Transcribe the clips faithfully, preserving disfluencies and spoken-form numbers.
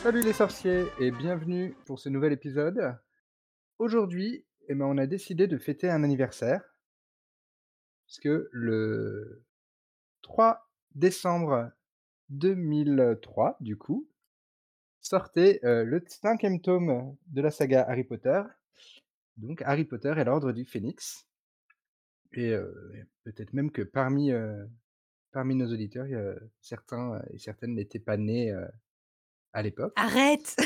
Salut les sorciers et bienvenue pour ce nouvel épisode. Aujourd'hui, eh ben, on a décidé de fêter un anniversaire, puisque le trois décembre deux mille trois, du coup, sortait euh, le cinquième tome de la saga Harry Potter, donc Harry Potter et l'Ordre du Phénix. Et euh, peut-être même que parmi, euh, parmi nos auditeurs, il y a certains et certaines n'étaient pas nés euh, à l'époque. Arrête!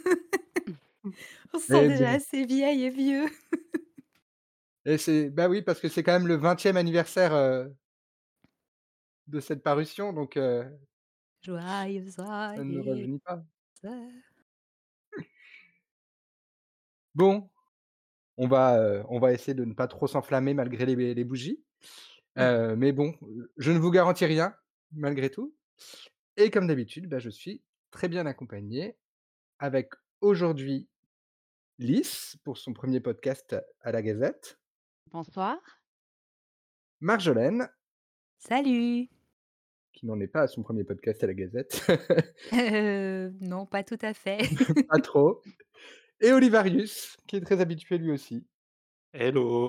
On se sent Mais déjà bon, assez vieille et vieux. et c'est bah oui, parce que c'est quand même le vingtième anniversaire euh, de cette parution, donc heu, Joyeux ça ne nous anniversaire. rajeunit pas. Bon, on va, heu, on va essayer de ne pas trop s'enflammer malgré les les bougies, heu, mais bon, je ne vous garantis rien, malgré tout, et comme d'habitude, bah, je suis très bien accompagné avec aujourd'hui Lys pour son premier podcast à la Gazette, Bonsoir. Marjolaine Salut! qui n'en est pas à son premier podcast à la Gazette, Heu, non, pas tout à fait. pas trop, et Olivarius qui est très habitué lui aussi. Hello!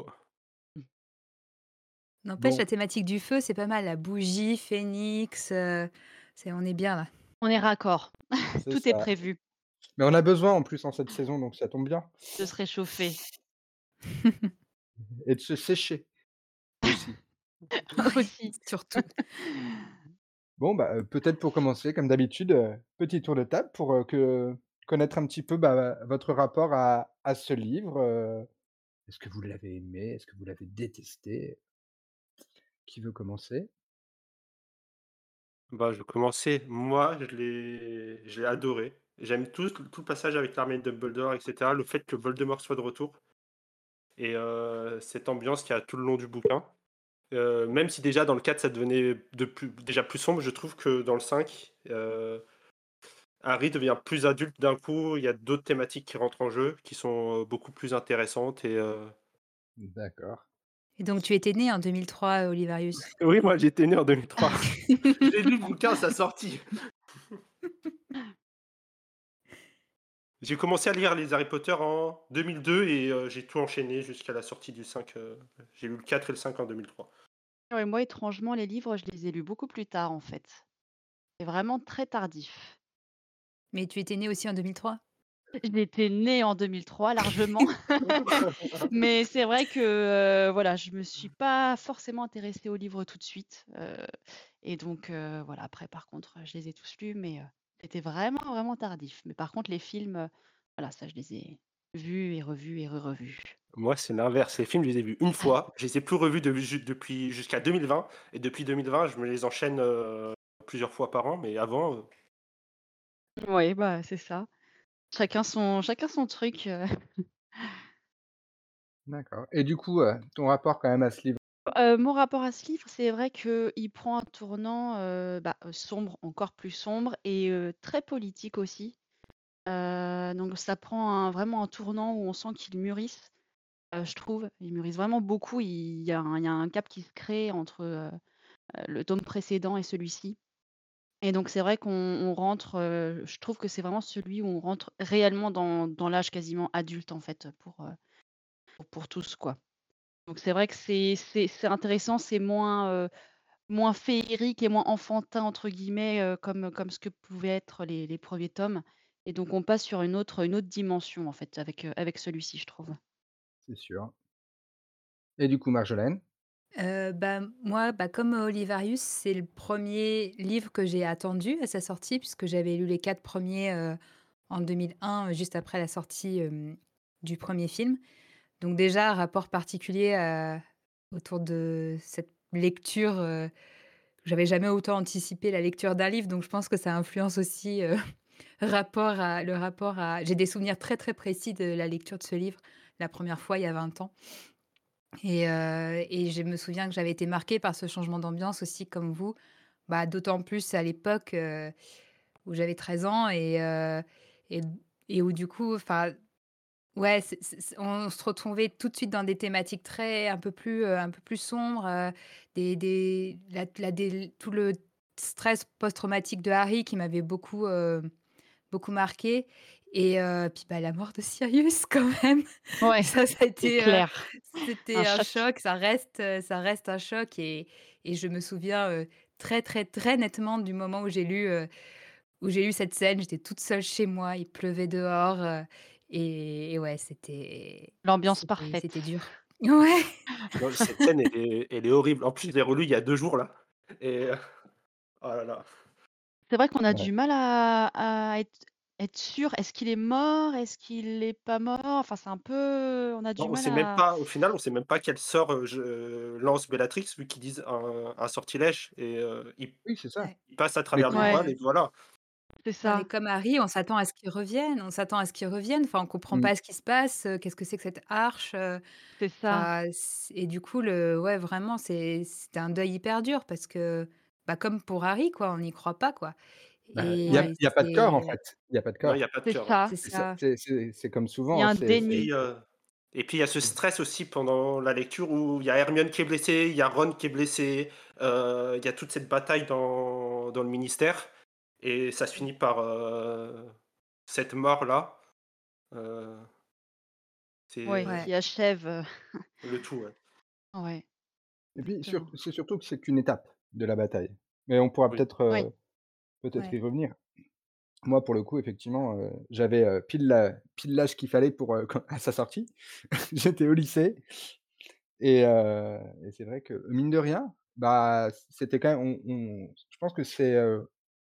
N'empêche, la Bon, thématique du feu, c'est pas mal. La bougie, phénix, heu, c'est on est bien là. On est raccord. c'est Tout est ça, prévu mais on a besoin en plus en cette saison, donc ça tombe bien. de se réchauffer. Et de se sécher aussi. Oui, Aussi. surtout. Bon, bah, heu, peut-être pour commencer, comme d'habitude, heu, petit tour de table pour, heu, que connaître un petit peu, bah, votre rapport à à ce livre, heu. Est-ce que vous l'avez aimé? Est-ce que vous l'avez détesté? Qui veut commencer? Bah, je vais commencer. Moi, je l'ai je l'ai adoré. J'aime tout tout le passage avec l'armée de Dumbledore et cetera, le fait que Voldemort soit de retour et heu, cette ambiance qu'il y a tout le long du bouquin. Heu, même si déjà dans le quatre ça devenait de plus déjà plus sombre, je trouve que dans le cinq, heu, Harry devient plus adulte d'un coup, il y a d'autres thématiques qui rentrent en jeu, qui sont, heu, beaucoup plus intéressantes et heu D'accord. Et donc tu étais né en deux mille trois, Olivarius? oui, moi j'étais né en deux mille trois. Ah. J'ai lu le bouquin à sa sortie. J'ai commencé à lire les Harry Potter en deux mille deux et heu, j'ai tout enchaîné jusqu'à la sortie du cinq, heu, j'ai lu le quatre et le cinq en deux mille trois. Ouais, moi, étrangement, les livres, je les ai lus beaucoup plus tard, en fait. C'est vraiment très tardif. Mais tu étais né aussi en deux mille trois? J'étais née en deux mille trois largement, mais c'est vrai que, heu, voilà, je me suis pas forcément intéressée aux livres tout de suite, heu et donc heu, voilà, après par contre, je les ai tous lus, mais heu, c'était vraiment, vraiment tardif. Mais par contre les films, heu, voilà, ça je les ai vus et revus et re-revus. Moi, c'est l'inverse. Les films, je les ai vus une fois, je les ai plus revus de ju depuis jusqu'à deux mille vingt et depuis deux mille vingt, je me les enchaîne, heu, plusieurs fois par an, mais avant, heu Oui, bah, c'est ça. Chacun son chacun son truc, heu. D'accord, et du coup, heu, ton rapport quand même à ce livre? Heu, mon rapport à ce livre, c'est vrai qu'il prend un tournant, heu, bah, heu, sombre, encore plus sombre et heu, très politique aussi. Heu, donc ça prend un vraiment un tournant où on sent qu'ils mûrissent, heu, je trouve. Ils mûrissent vraiment beaucoup. Il y a un il y a un cap qui se crée entre, heu heu, le tome précédent et celui-ci et donc c'est vrai qu'on on rentre, heu, je trouve que c'est vraiment celui où on rentre réellement dans dans l'âge quasiment adulte, en fait, pour, heu, pour pour tous, quoi. Donc c'est vrai que c'est c'est c'est intéressant, c'est moins, heu, moins «féerique» et moins «enfantin» entre guillemets, heu, comme comme ce que pouvaient être les les premiers tomes et donc on passe sur une autre une autre dimension en fait avec, heu, avec celui-ci, je trouve. C'est sûr, et du coup Marjolaine? Heu, bah, moi, bah, comme Olivarius, c'est le premier livre que j'ai attendu à sa sortie puisque j'avais lu les quatre premiers, heu, en deux mille un, juste après la sortie, hem, du premier film. Donc déjà, un rapport particulier, heu, autour de cette lecture, heu, j'avais jamais autant anticipé la lecture d'un livre, donc je pense que ça influence aussi, heu, rapport à le rapport à j'ai des souvenirs très, très précis de la lecture de ce livre, la première fois il y a vingt ans. Et heu et je me souviens que j'avais été marquée par ce changement d'ambiance aussi comme vous. Bah, d'autant plus à l'époque, heu, où j'avais treize ans et heu et et où du coup, enfin, ouais, c'est c'est c'est on se retrouvait tout de suite dans des thématiques très un peu plus, heu, un peu plus sombres, heu, des des la la dé tout le stress post-traumatique de Harry qui m'avait beaucoup, heu, beaucoup marqué et heu, puis, bah, la mort de Sirius quand même. Ouais, Ça, ça a c'est été, heu, clair. Un c'était un choc. choc, ça reste, heu, ça reste un choc et et je me souviens, heu, très, très, très nettement du moment où j'ai lu, heu, où j'ai lu cette scène. J'étais toute seule chez moi, il pleuvait dehors, heu et et ouais, c'était L'ambiance c'était parfaite. c'était dur. Ouais. Non, cette scène, elle est elle est horrible. En plus, je l'ai relue il y a deux jours là et heu, oh là là. C'est vrai qu'on a Ouais. du mal à à être être sûr. Est-ce qu'il est mort? Est-ce qu'il est pas mort? Enfin, c'est un peu on a Non, du on mal sait même à pas au final, on sait même pas quel sort, heu, je lance Bellatrix vu qu'ils disent un un sortilège et heu, il Oui, c'est ça. Ouais. il passe à Mais travers les com ouais, voiles et Ouais. voilà. c'est Ouais, mais ça, comme Harry, on s'attend à ce qu'il revienne, on s'attend à ce qu'il revienne. Enfin, on comprend mmh, pas ce qui se passe, heu, qu'est-ce que c'est que cette arche, heu? c'est ça. Enfin, c et du coup, le ouais, vraiment, c'est c'était un deuil hyper dur parce que, bah, comme pour Harry, quoi, on n'y croit pas, quoi bah, il y a et il y a pas de corps, en c'est fait. Il y a pas de Non, il y a corps. pas de C'est cœur, ouais. ça. c'est C'est ça, ça. c'est c'est c'est comme Il y a souvent, un c'est Et c'est déni. puis, heu et puis il y a ce mmh, stress aussi pendant la lecture où il y a Hermione qui est blessée, il y a Ron qui est blessé, heu, il y a toute cette bataille dans dans le ministère et ça se finit par, heu, cette mort-là, heu, Ouais, c'est Ouais, qui achève, heu, le tout, ouais. ouais, et puis sur exactement. c'est surtout que c'est qu'une étape de la bataille. Mais on pourra Oui. peut-être, Oui. heu, peut-être y ouais. revenir. Moi, pour le coup, effectivement, heu, j'avais, heu, pile la pile l'âge qu'il fallait pour, heu, quand à sa sortie. J'étais au lycée et heu et c'est vrai que, mine de rien, bah, c'était quand même on on je pense que c'est, heu,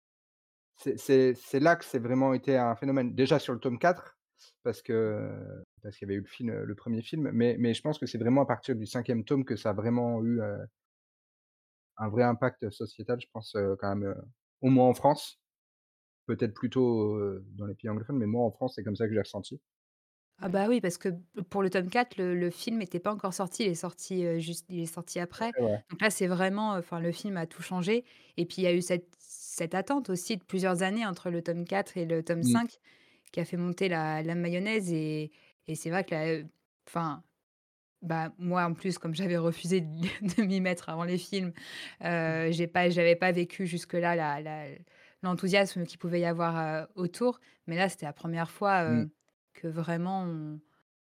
c'est c'est c'est là que c'est vraiment été un phénomène. Déjà sur le tome quatre parce que parce qu'il y avait eu le film, le premier film, mais mais je pense que c'est vraiment à partir du cinquième tome que ça a vraiment eu, heu, un vrai impact sociétal, je pense, heu, quand même, heu, au moins en France. Peut-être plutôt, heu, dans les pays anglophones, mais moi en France, c'est comme ça que j'ai ressenti. Ah bah, oui, parce que pour le tome quatre, le le film était pas encore sorti, il est sorti, heu, juste il est sorti après. Ouais, ouais. Donc là, c'est vraiment, enfin, le film a tout changé et puis il y a eu cette cette attente aussi de plusieurs années entre le tome quatre et le tome Mmh. cinq qui a fait monter la la mayonnaise et et c'est vrai que la enfin, bah, moi, en plus, comme j'avais refusé de de m'y mettre avant les films, heu, j'ai pas j'avais pas vécu jusque-là la la l'enthousiasme qu'il pouvait y avoir, heu, autour. Mais là, c'était la première fois, Mmh. heu, que vraiment on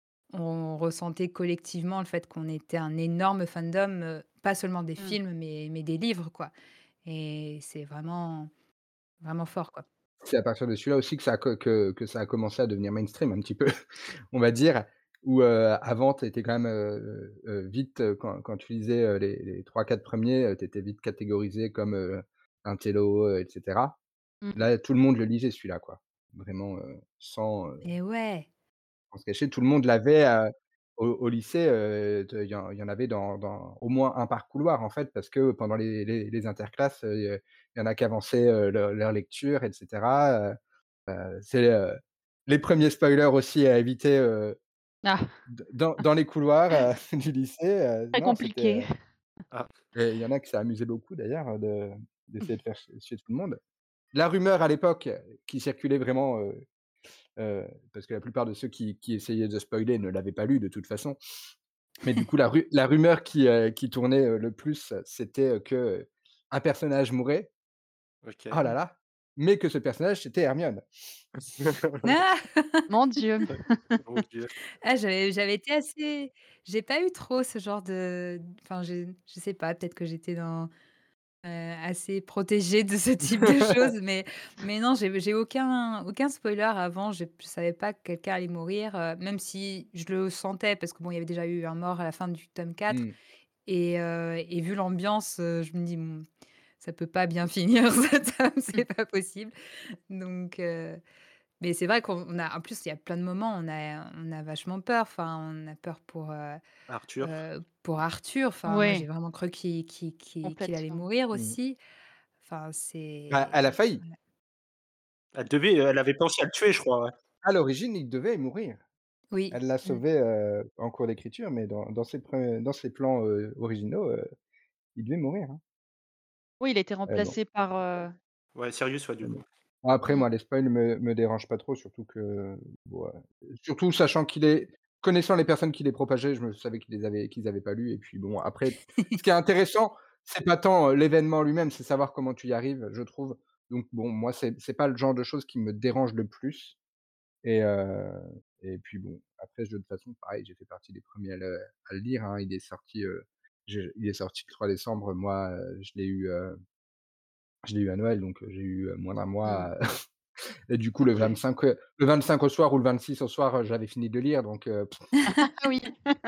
on ressentait collectivement le fait qu'on était un énorme fandom, heu, pas seulement des Mmh. films, mais mais des livres, quoi et c'est vraiment, vraiment fort, quoi. C'est à partir de celui-là aussi que ça a co que que ça a commencé à devenir mainstream un petit peu, on va dire, où, heu, avant tu étais quand même, heu heu, vite, heu, quand quand tu lisais, heu, les les trois quatre premiers, heu, tu étais vite catégorisé comme, heu, intello, heu et cetera. Mmh. Là, tout le monde le lisait celui-là, quoi. Vraiment, heu, sans, heu, Et ouais, sans se cacher. Tout le monde l'avait, heu, au au lycée, heu, te il y en il y en avait dans dans au moins un par couloir, en fait, parce que pendant les les les interclasses, heu, il y en a qui avançaient, heu, leur leur lecture et cetera, heu heu, c'est, heu, les premiers spoilers aussi à éviter, heu, Ah, d dans dans les couloirs, heu, du lycée, heu, très non, c'était, compliqué. heu Ah, et il y en a que ça amusait beaucoup d'ailleurs, de d'essayer de faire ch chier tout le monde. La rumeur à l'époque qui circulait vraiment, heu heu, parce que la plupart de ceux qui qui essayaient de spoiler ne l'avaient pas lu de toute façon. Mais du coup, la ru la rumeur qui, heu, qui tournait, heu, le plus, c'était, heu, que, un personnage mourait. OK. Oh là là! Mais que ce personnage, c'était Hermione. ah! Mon Dieu. Mon Dieu. Ah, j'avais j'avais été assez j'ai pas eu trop ce genre de enfin, je je sais pas, peut-être que j'étais dans, heu, assez protégée de ce type de choses, mais mais non, j'ai j'ai aucun aucun spoiler avant. Je je savais pas que quelqu'un allait mourir, heu, même si je le sentais parce que bon, il y avait déjà eu un mort à la fin du tome quatre Mmh. et heu et vu l'ambiance, heu, je me dis: «Bon, ça peut pas bien finir ce tome, c'est pas possible». Donc heu mais c'est vrai qu'on on a en plus, il y a plein de moments, on a on a vachement peur. Enfin, on a peur pour, heu Arthur. heu, pour Arthur. Enfin, moi, j'ai Ouais, vraiment cru qu'il qu'il qu'il qu'il allait complètement. mourir Mmh. aussi. Enfin, Bah, elle a c'est failli. voilà. Elle devait, elle avait pensé à le tuer, je crois, ouais. À l'origine, il devait mourir. Oui. Elle l'a Mmh. sauvé, heu, en cours d'écriture, mais dans dans ses pre dans ses plans, heu, originaux, heu, il devait mourir, hein. Oui, il a été Mais bon, remplacé par, heu Ouais, Sirius, ouais, du mais bon. coup. Bon, après mmh, moi, les spoils me me dérangent pas trop, surtout que, ouais, surtout sachant qu'il est connaissant les personnes qui les propageaient, je me savais qu'ils les avaient qu'ils avaient pas lus et puis bon, après, ce qui est intéressant, c'est pas tant, heu, l'événement lui-même, c'est savoir comment tu y arrives, je trouve. donc bon, moi, c'est c'est pas le genre de choses qui me dérange le plus et heu et puis bon, après je de toute façon, pareil, j'ai fait partie des premiers à le à le lire, hein. Il est sorti, heu, je il est sorti le trois décembre. Moi, heu, je l'ai eu, heu, je l'ai eu à Noël, donc heu, j'ai eu, heu, moins d'un Mmh. mois, et du coup le OK. vingt-cinq, heu, le vingt-cinq au soir ou le vingt-six au soir, heu, j'avais fini de le lire, donc heu, Ah oui.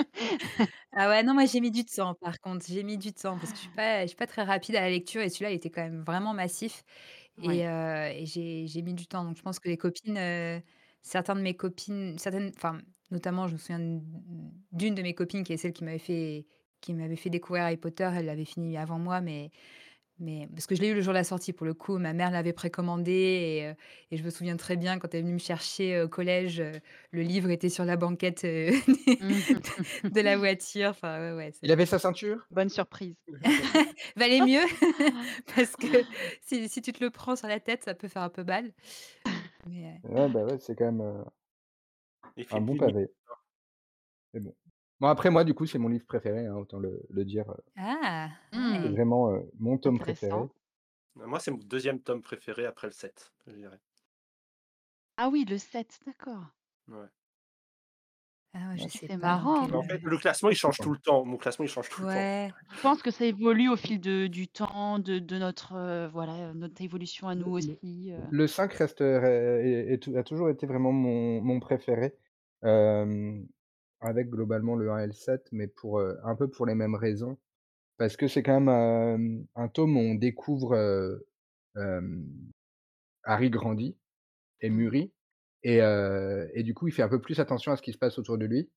Ah ouais, non, moi j'ai mis du temps par contre, j'ai mis du temps parce que je suis pas je suis pas très rapide à la lecture et celui-là, il était quand même vraiment massif Ouais. et heu et j'ai j'ai mis du temps. Donc je pense que les copines, heu, certains de mes copines certaines enfin, notamment je me souviens d d'une de mes copines qui est celle qui m'avait fait qui m'avait fait découvrir Harry Potter, elle l'avait fini avant moi, mais mais parce que je l'ai eu le jour de la sortie pour le coup, ma mère l'avait précommandé et heu et je me souviens très bien quand elle est venue me chercher, heu, au collège, heu, le livre était sur la banquette, heu, Mmh. de de la voiture. Enfin, ouais, ouais, il c'est avait sa ceinture? Bonne surprise. valait mieux parce que si si tu te le prends sur la tête, ça peut faire un peu mal. Mais, heu, Ouais, bah, ouais, c'est quand même, heu, Il fait un bon plus nuit. pavé, mais bon. Bon après moi, du coup, c'est mon livre préféré, hein, autant le le dire, heu, ah! c'est Mmh. Ouais. vraiment, heu, mon tome Intéressant. préféré. Moi, c'est mon deuxième tome préféré après le sept, je dirais. Ah oui, le sept, d'accord. Ouais. Ah ouais, je Ouais, sais C'est pas dans marrant. quel, En fait, heu le classement, il je sais change pas. tout le temps. Mon classement, il change tout le temps. ouais. Je pense que ça évolue au fil de du temps, de de notre, heu, voilà, heu, notre évolution à nous Le le aussi, heu. le cinq reste, heu, est est tou a toujours été vraiment mon mon préféré, hem, avec globalement le un et le sept, mais pour, heu, un peu pour les mêmes raisons. Parce que c'est quand même, hem, un tome où on découvre, heu, hem, Harry grandit et Mmh. mûrit et heu et du coup, il fait un peu plus attention à ce qui se passe autour de lui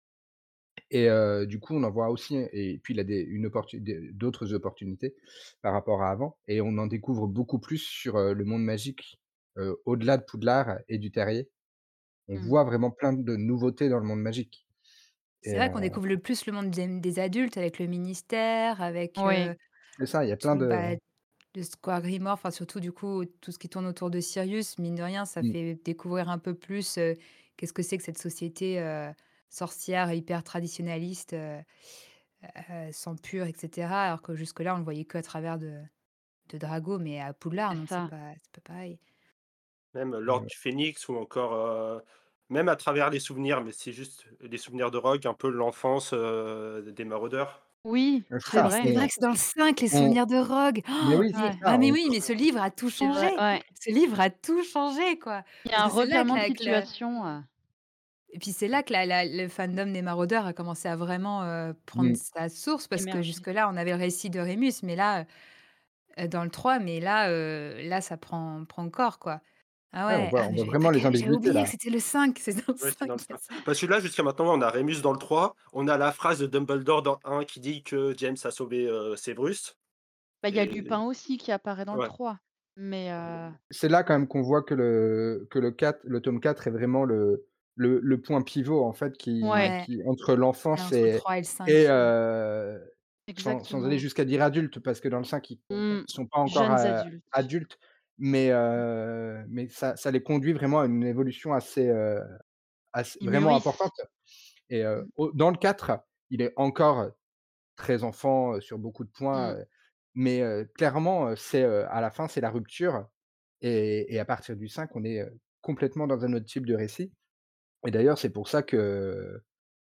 et heu, du coup, on en voit aussi et puis il a des une opportu des d'autres opportunités par rapport à avant et on en découvre beaucoup plus sur, heu, le monde magique, heu, au-delà de Poudlard et du Terrier. On Mmh. voit vraiment plein de nouveautés dans le monde magique C'est et vrai qu'on heu, découvre le plus le monde des des adultes avec le ministère, avec, Ouais. heu, c'est ça, il y a plein tout, de bah, le Square Grimoire, enfin surtout du coup, tout ce qui tourne autour de Sirius, mine de rien, ça mmh, fait découvrir un peu plus, heu, qu'est-ce que c'est que cette société, heu, sorcière hyper traditionnaliste, heu heu, sang pur et cetera. Alors que jusque-là, on le voyait qu'à travers de de Drago, mais à Poudlard, C'est donc c'est ça. pas c'est pas pareil. Même l'Ordre heu, du Phénix ou encore, heu, même à travers les souvenirs, mais c'est juste des souvenirs de Rogue, un peu l'enfance, heu, des maraudeurs. Oui, c'est c'est Ah ça, mais vrai. c'est vrai on que c'est dans le cinq les on souvenirs de Rogue. mais Oh, oui, c'est Mais Ouais, ça, ah mais on oui, mais ce livre a tout c'est vrai, changé. ouais. Ce livre a tout changé, quoi. Il y a Parce un que c'est là que revirement de la que la situation, heu. et puis c'est là que la la le fandom des maraudeurs a commencé à vraiment, heu, prendre mmh, sa source parce que Émerger. jusque-là, on avait le récit de Rémus, mais là, heu, dans le trois, mais là, heu, là, ça prend prend corps, quoi. Ah ouais, on ouais, voit ah on mais voit j'avais pas vraiment les cal j'avais ambiguïtés oublié là. que c'était le cinq, c'est dans le Ouais, c'est cinq dans le qu'il y a cinq. ça. Parce que là, jusqu'à maintenant, on a Rémus dans le trois, on a la phrase de Dumbledore dans un qui dit que James a sauvé, heu, Severus Bah, il y a et Lupin aussi qui apparaît dans le ouais. trois, mais heu, C'est là quand même qu'on voit que le que le quatre le tome quatre est vraiment le le le point pivot en fait qui ouais, Ouais, qui entre ouais, l'enfance entre le et trois et le et cinq. heu, sans sans aller exactement. jusqu'à dire adulte parce que dans le cinq ils Mmh. ils sont pas encore, Jeunes heu, adultes. adultes, mais heu, mais ça ça les conduit vraiment à une évolution assez, heu, assez Ils vraiment mûrissent. importante et heu, Mmh. au dans le quatre il est encore très enfant, heu, sur beaucoup de points, Mmh. heu, mais heu, clairement, heu, c'est, heu, à la fin, c'est la rupture et et à partir du cinq, on est, heu, complètement dans un autre type de récit et d'ailleurs, c'est pour ça que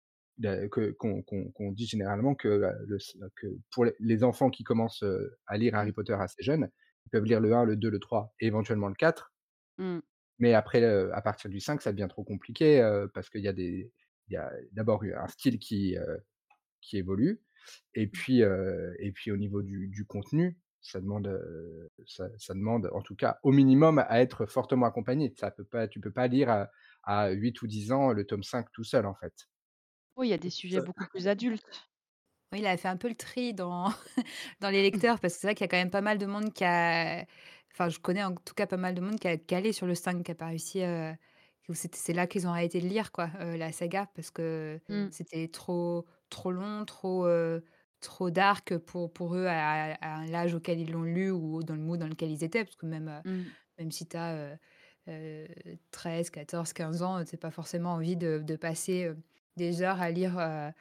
da que qu'on qu'on qu'on dit généralement que, heu, le c que pour les les enfants qui commencent, heu, à lire Mmh. Harry Potter assez jeunes, ils peuvent lire le un, le deux, le trois et éventuellement le quatre, Mmh. mais après, heu, à partir du cinq, ça devient trop compliqué, heu, parce qu'il y a des il y a d'abord, un style qui, heu qui évolue et puis, heu et puis au niveau du du contenu, ça demande, heu, ça ça demande en tout cas au minimum à être fortement accompagné. Ça peut pas tu peux pas lire à à huit ou dix ans le tome cinq tout seul en fait. Oui, il y a des sujets Ça beaucoup plus adultes. Oui, il a fait un peu le tri dans dans les lecteurs parce que c'est vrai qu'il y a quand même pas mal de monde qui a enfin, je connais en tout cas pas mal de monde qui a calé sur le cinq, qui a pas réussi, heu, où c'était c'est là qu'ils ont arrêté de lire quoi, heu, la saga parce que Mmh. c'était trop trop long, trop, heu, trop dark pour pour eux à à l'âge auquel ils l'ont lu ou dans le mood dans lequel ils étaient. Parce que même, heu, Mmh. même si tu as, heu heu, treize quatorze quinze ans, tu pas forcément envie de de passer, heu, des heures à lire, heu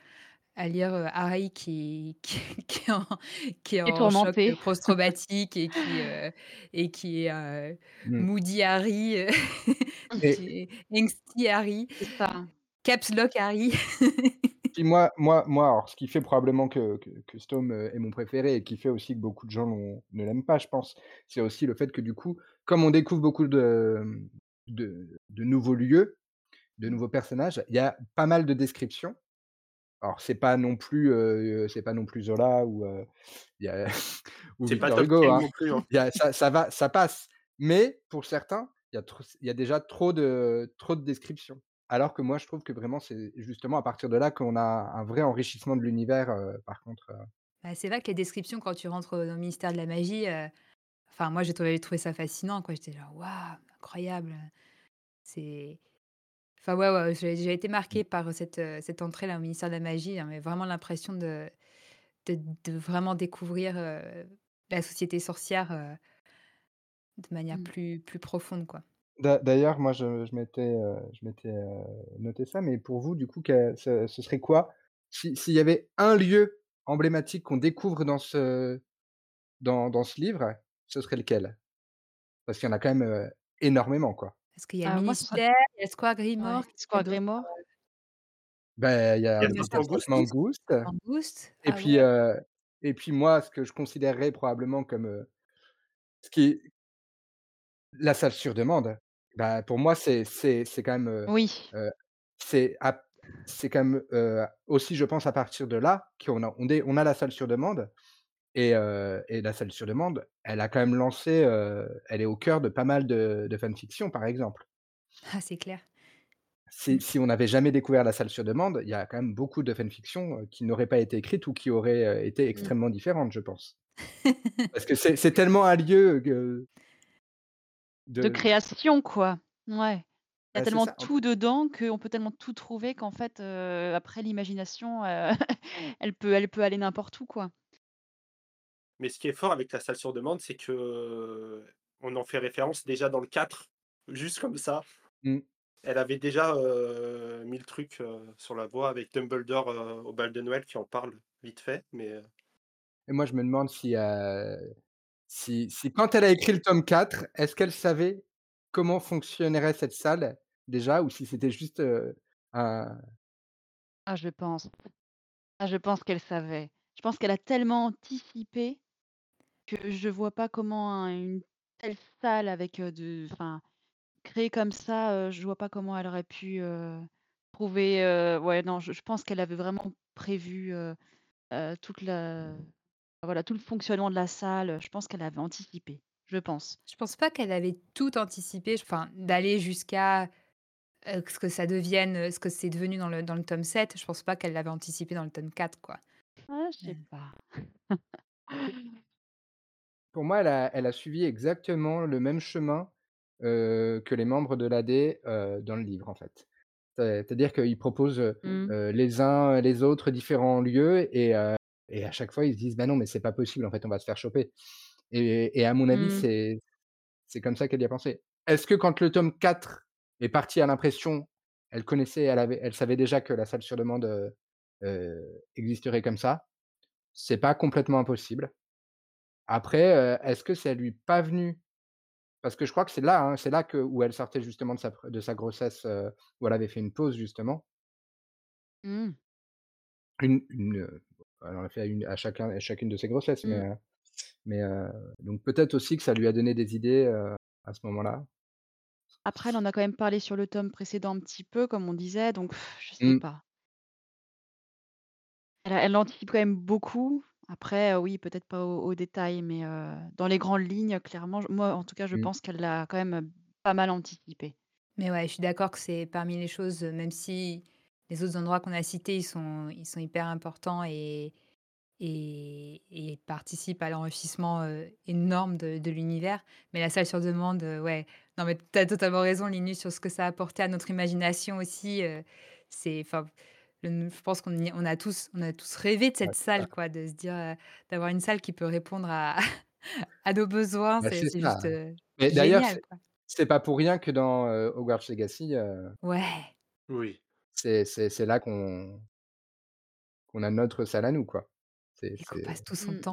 à lire, heu, Harry qui qui qui est en qui est Et en choc, heu, tourmenté. post-traumatique et qui, heu et qui est, heu, Mmh. moody Harry, heu, Et qui est angsty Harry, C'est ça. caps lock Harry. puis moi moi moi, alors ce qui fait probablement que que que ce tome, heu, est mon préféré et qui fait aussi que beaucoup de gens l'ont ne l'aiment pas, je pense, c'est aussi le fait que du coup, comme on découvre beaucoup de, mmh, de de nouveaux lieux, de Mmh. nouveaux personnages, il y a pas mal de descriptions. Alors c'est pas non plus, heu, c'est pas non plus Zola ou, heu, il y a ou C'est pas Victor Hugo, Tolkien hein. non plus, hein. Il y a ça ça va, ça passe. Mais pour certains, il y a trop il y a déjà trop de trop de descriptions. Alors que moi, je trouve que vraiment, c'est justement à partir de là qu'on a un vrai enrichissement de l'univers, heu, par contre, heu Bah, c'est vrai que les descriptions quand tu rentres, heu, dans le ministère de la magie, heu, enfin moi j'ai trouvé trouvé ça fascinant quoi. J'étais là: «Waouh, incroyable!» c'est enfin ouais, ouais, j'ai j'ai été mmh, marquée par cette, heu, cette entrée-là au ministère de la magie. J'avais vraiment l'impression de de de vraiment découvrir, heu, la société sorcière, heu, de manière Mmh. plus plus profonde, quoi. d'a d'ailleurs, moi, je je m'étais, heu, je m'étais, heu, noté ça, mais pour vous, du coup, que ce ce serait quoi? Si s'il y avait un lieu emblématique qu'on découvre dans ce dans dans ce livre, ce serait lequel? Parce qu'il y en a quand même, heu, énormément, quoi. Parce qu'il y a le Heu, moi, ce serait ministère, il y a Square ouais, Grimoire, qu'est-ce qu'il y a Square d'autre? Grimoire. Ben il y a Il y a Comme Peter Farfambouste. Fantabouste, Stormangouste Mangouste, et ah puis, ouais. heu et puis moi, ce que je considérerais probablement comme, heu, ce qui est la salle sur demande. Bah, pour moi, c'est c'est c'est quand même, heu Oui. heu, c'est ap c'est quand même, heu, aussi, je pense, à partir de là qu'on a on dé on a la salle sur demande et heu et la salle sur demande, elle a quand même lancé, heu, elle est au cœur de pas mal de de fanfiction, par exemple. Ah c'est clair. Mmh. Si si on n'avait jamais découvert la salle sur demande, il y a quand même beaucoup de fanfictions, heu, qui n'auraient pas été écrites ou qui auraient, heu, été Mmh. extrêmement différentes, je pense. Parce que c'est c'est tellement un lieu que De de création, quoi. Ouais. Il y a bah, c'est tellement ça, en tout dedans qu'on peut tellement tout trouver qu'en fait, heu, après l'imagination, heu, elle peut elle peut aller n'importe où, quoi. Mais ce qui est fort avec la salle sur demande, c'est que on en fait référence déjà dans le quatre, juste comme ça. mmh Elle avait déjà, heu, mis le truc, heu, sur la voie avec Dumbledore, heu, au bal de Noël qui en parle vite fait, mais, heu, et moi je me demande si, heu, si si quand elle a écrit le tome quatre, est-ce qu'elle savait comment fonctionnerait cette salle déjà ou si c'était juste, heu, un Ah, je pense. Ah, je pense qu'elle savait. Je pense qu'elle a tellement anticipé que je vois pas comment un une telle salle avec, heu, de enfin, créée comme ça, heu, je vois pas comment elle aurait pu, heu, trouver, heu ouais, non, je je pense qu'elle avait vraiment prévu, heu heu, toute la voilà, tout le fonctionnement de la salle, je pense qu'elle avait anticipé, je pense. Je pense pas qu'elle avait tout anticipé, enfin d'aller jusqu'à, heu, ce que ça devienne, heu, ce que c'est devenu dans le dans le tome sept. Je pense pas qu'elle l'avait anticipé dans le tome quatre, quoi. Ah, je sais Heu, pas. pour moi elle a elle a suivi exactement le même chemin, heu, que les membres de l'A D, heu, dans le livre, en fait. C'est c'est-à-dire qu'ils proposent, heu Mmh. heu, les uns les autres différents lieux et heu et à chaque fois ils se disent: «Bah non, mais c'est pas possible en fait, on va se faire choper» et et à mon avis, Mmh. c'est c'est comme ça qu'elle y a pensé. Est-ce que quand le tome quatre est parti à l'impression, elle connaissait, elle avait elle savait déjà que la salle sur demande, heu heu, existerait comme ça? C'est pas complètement impossible. Après, heu, est-ce que ça lui est pas venu parce que je crois que c'est là, hein, c'est là que où elle sortait justement de sa pr de sa grossesse, heu, où elle avait fait une pause justement. Mmh. Une une, heu, elle en a fait à une à chacun à chacune de ses grossesses, mais Mmh. heu mais heu, donc peut-être aussi que ça lui a donné des idées, heu, à ce moment-là. Après, elle en a quand même parlé sur le tome précédent un petit peu, comme on disait, donc pff, je sais Mmh, pas. Elle a elle anticipe quand même beaucoup. Après, heu, oui, peut-être pas au au détail, mais heu, dans les grandes lignes, clairement, j moi, en tout cas, je mmh, pense qu'elle l'a quand même, heu, pas mal anticipé. mais ouais, je suis d'accord que c'est parmi les choses, heu, même si les autres endroits qu'on a cités, ils sont ils sont hyper importants et et et participent à l'enrichissement, heu, énorme de de l'univers. Mais la salle sur demande, heu, ouais, non, mais tu as totalement raison, Linus, sur ce que ça a apporté à notre imagination aussi, heu, c'est enfin, le je pense qu'on y on a tous on a tous rêvé de ouais, cette c'est ça. salle, quoi, de se dire, heu, d'avoir une salle qui peut répondre à à nos besoins, Bah, c'est c'est c'est ça. juste, heu, Mais d'ailleurs, génial, c'est quoi. c'est pas pour rien que dans, heu, Hogwarts Legacy, heu, Ouais, oui. c'est c'est c'est là qu'on qu'on a notre salle à nous, quoi. C'est Et qu'on passe c'est tout son Mmh. temps.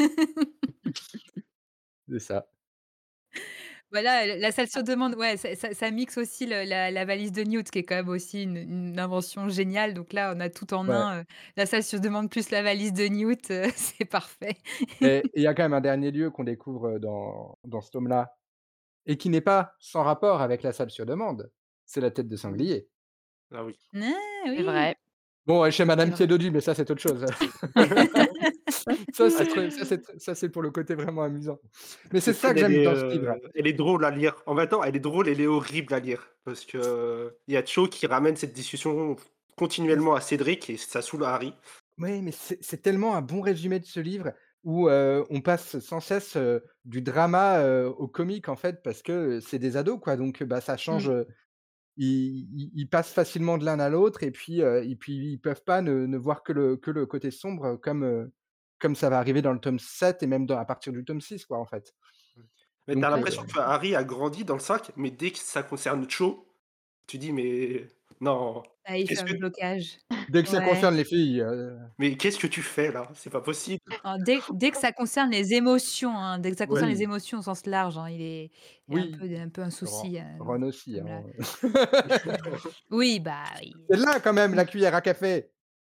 c'est ça. Voilà, la la salle Ah, sur demande, ouais, ça ça ça mixe aussi le la la valise de Newt qui est quand même aussi une une invention géniale. Donc là, on a tout en Ouais un, heu, la salle sur demande plus la valise de Newt, heu, c'est parfait. et il y a quand même un dernier lieu qu'on découvre, heu, dans dans ce tome-là et qui n'est pas sans rapport avec la salle sur demande, c'est la tête de mmh. sanglier. Ah oui. Ah C'est oui! vrai, Bon, et chez c'est madame vrai. Piedodi, mais ça, c'est autre chose. Ça, Ah c'est c'est très ça, c'est tr ça, c'est pour le côté vraiment amusant. Mais c'est cette ça scène que elle j'aime est, dans ce livre. heu, elle est drôle à lire. En même temps, elle est drôle, elle est horrible à lire parce que, il y a Cho qui ramène cette discussion Mais continuellement à Cédric et ça saoule Harry. oui, mais c'est c'est tellement un bon résumé de ce livre où, heu, on passe sans cesse, heu, du drama, heu, au comique, en fait, parce que, heu, c'est des ados, quoi, donc, heu, bah, ça change, Mmh. heu, ils ils ils passent facilement de l'un à l'autre et puis, heu et puis ils peuvent pas ne ne voir que le que le côté sombre comme, heu, comme ça va arriver dans le tome sept et même dans à partir du tome six, quoi, en fait. Mais tu as Donc, Ouais, heu, c'est l'impression vrai. que Harry a grandi dans le cinq, mais dès que ça concerne Cho, tu dis: «Mais non, Ah, il fait qu'est-ce un que blocage. dès que ça Ouais. concerne les filles, heu, mais qu'est-ce que tu fais là? C'est pas possible». Alors dès dès que ça concerne les émotions, hein, dès que ça concerne les oui, émotions au sens large, hein, il est il y a un oui, peu un peu un Ron souci, heu, Ron ce aussi, hein. tome-là. Oui, bah, oui. C'est là quand même la cuillère à café!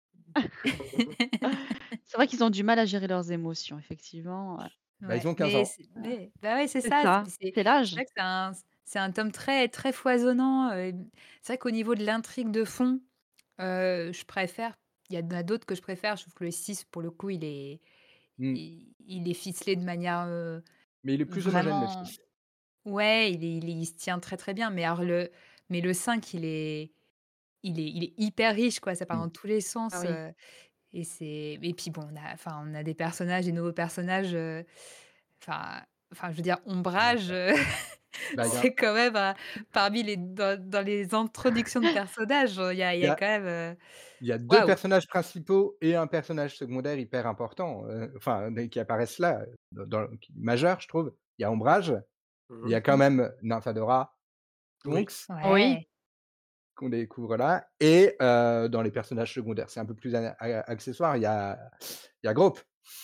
C'est vrai qu'ils ont du mal à gérer leurs émotions, effectivement, ouais. Bah, ils Ouais, ont quinze mais ans. c'est mais bah, ouais, c'est C'est ça, c'est ça, puis c'est c'est c'est l'âge. vrai que c'est un c'est un tome très très foisonnant, heu, c'est vrai qu'au niveau de l'intrigue de fond, heu, je préfère il y en a d'autres que je préfère. Je trouve que le six pour le coup, il est Mmh, il il est ficelé de manière, heu, mais il est plus homogène le vraiment six. ouais, il est il est il se tient très, très bien, mais alors le mais le cinq il est il est il est hyper riche, quoi, ça part Mmh. dans tous les Ah sens, oui. heu et c'est et puis bon, on a enfin, on a des personnages, des nouveaux personnages, heu, enfin enfin, je veux dire, Ombrage, heu, Bah, il y a c'est quand même, heu, parmi les dans dans les introductions de personnages, il y a il il y y a a quand même, heu, il y a deux waouh! personnages principaux et un personnage secondaire hyper important, heu, enfin, mais qui apparaissent là, heu, dans dans qui majeurs, je trouve. Il y a Ombrage, il y Mmh. a quand Mmh. même Nymphadora, Oui. Tonks, Oui, Ouais. qu'on découvre là et heu, dans les personnages secondaires, c'est un peu plus a a accessoire, il y a il y a Grope.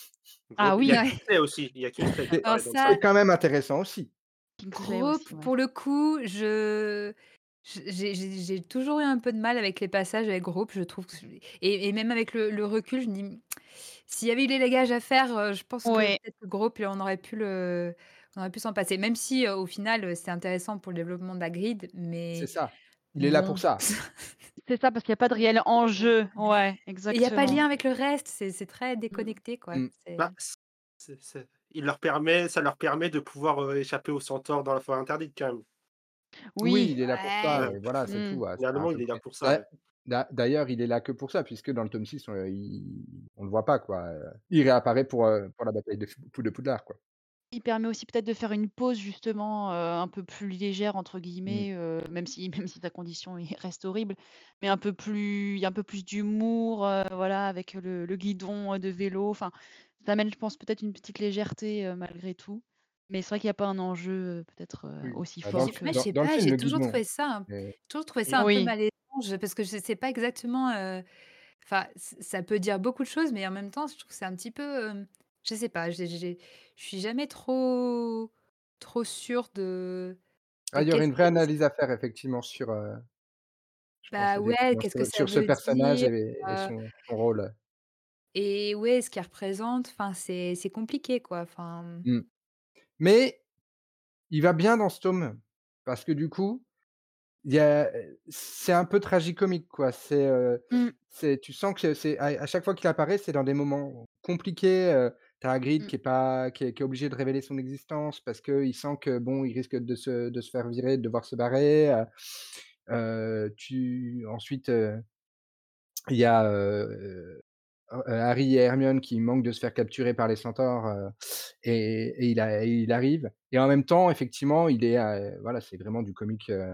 ah Gros il y a oui, Ouais. Kingsley aussi, il y a Kingsley qui C'est Alors apparaît dans le ça c'est cinq. quand même intéressant aussi. Kingsley Groupe, aussi, ouais. pour le coup, je j'ai j'ai j'ai toujours eu un peu de mal avec les passages avec Groupe, je trouve que et et même avec le le recul, je me dis: «Mmh, s'il y avait eu l'élégage à faire, heu, je pense que Ouais, peut-être que Groupe, on aurait pu le on aurait pu s'en passer». Même si, heu, au final, heu, c'est intéressant pour le développement d'Hagrid, C'est mais ça. Il est là pour bon. ça. c'est ça, parce qu'il y a pas de réel enjeu. Ouais, Et il y a pas de exactement. lien avec le reste, c'est c'est très Mmh. déconnecté, quoi. Mmh. Bah, C'est c c'est c'est il leur permet ça leur permet de pouvoir, heu, échapper aux centaures dans la forêt interdite quand même. Oui, Oui. il est là pour ça, ouais, Ouais, et voilà, c'est Mmh. tout, ouais, c'est à finalement, peu il est là près. pour ça, D'a ouais. d'a d'ailleurs, il est là que pour ça, puisque dans le tome six, heu, il on le voit pas, quoi, heu, il réapparaît pour, heu, pour la bataille de F de Poudlard, quoi. Il permet aussi peut-être de faire une pause justement, heu, un peu plus «légère» entre Mmh. guillemets, heu, même si même si ta condition i reste horrible, mais un peu plus il y a un peu plus d'humour, heu, voilà avec le le guidon, heu, de vélo, enfin, ça amène je pense peut-être une petite légèreté, heu, malgré tout. Mais c'est vrai qu'il y a pas un enjeu, heu, peut-être, heu, Oui. aussi Bah, dans fort j'ai le ouais, que je dans sais dans le pas, film, j'ai le toujours guidon, trouvé ça un mais toujours trouvé ça oui, un peu oui, malaisant, je parce que je sais pas exactement, heu, enfin, ç ça peut dire beaucoup de choses, mais en même temps, je trouve que c'est un petit peu, hem, je sais pas, j'ai j'ai je suis jamais trop trop sûre de de ah, il y aurait qu'est-ce une vraie que analyse à faire effectivement sur, heu, je pense bah, ouais, effectivement qu'est-ce que sur ça sur ce veut personnage dire, et et heu son son rôle. et ouais, ce qu'il représente, enfin, c'est c'est compliqué, quoi, enfin, Mmh. Mais il va bien dans ce tome, parce que du coup, il y a c'est un peu tragicomique, quoi. C'est, heu, mmh, c'est tu sens que c'est à à chaque fois qu'il apparaît, c'est dans des moments compliqués, heu, tu as Hagrid mmh, qui est pas qui est qui est obligé de révéler son existence parce qu'il sent que bon, il risque de se de se faire virer, de devoir se barrer, heu heu, tu ensuite, heu, il y a, heu heu, Harry et Hermione qui manquent de se faire capturer par les centaures, heu et et il a et il arrive et en même temps, effectivement, il est, heu, voilà, c'est vraiment du comique, heu,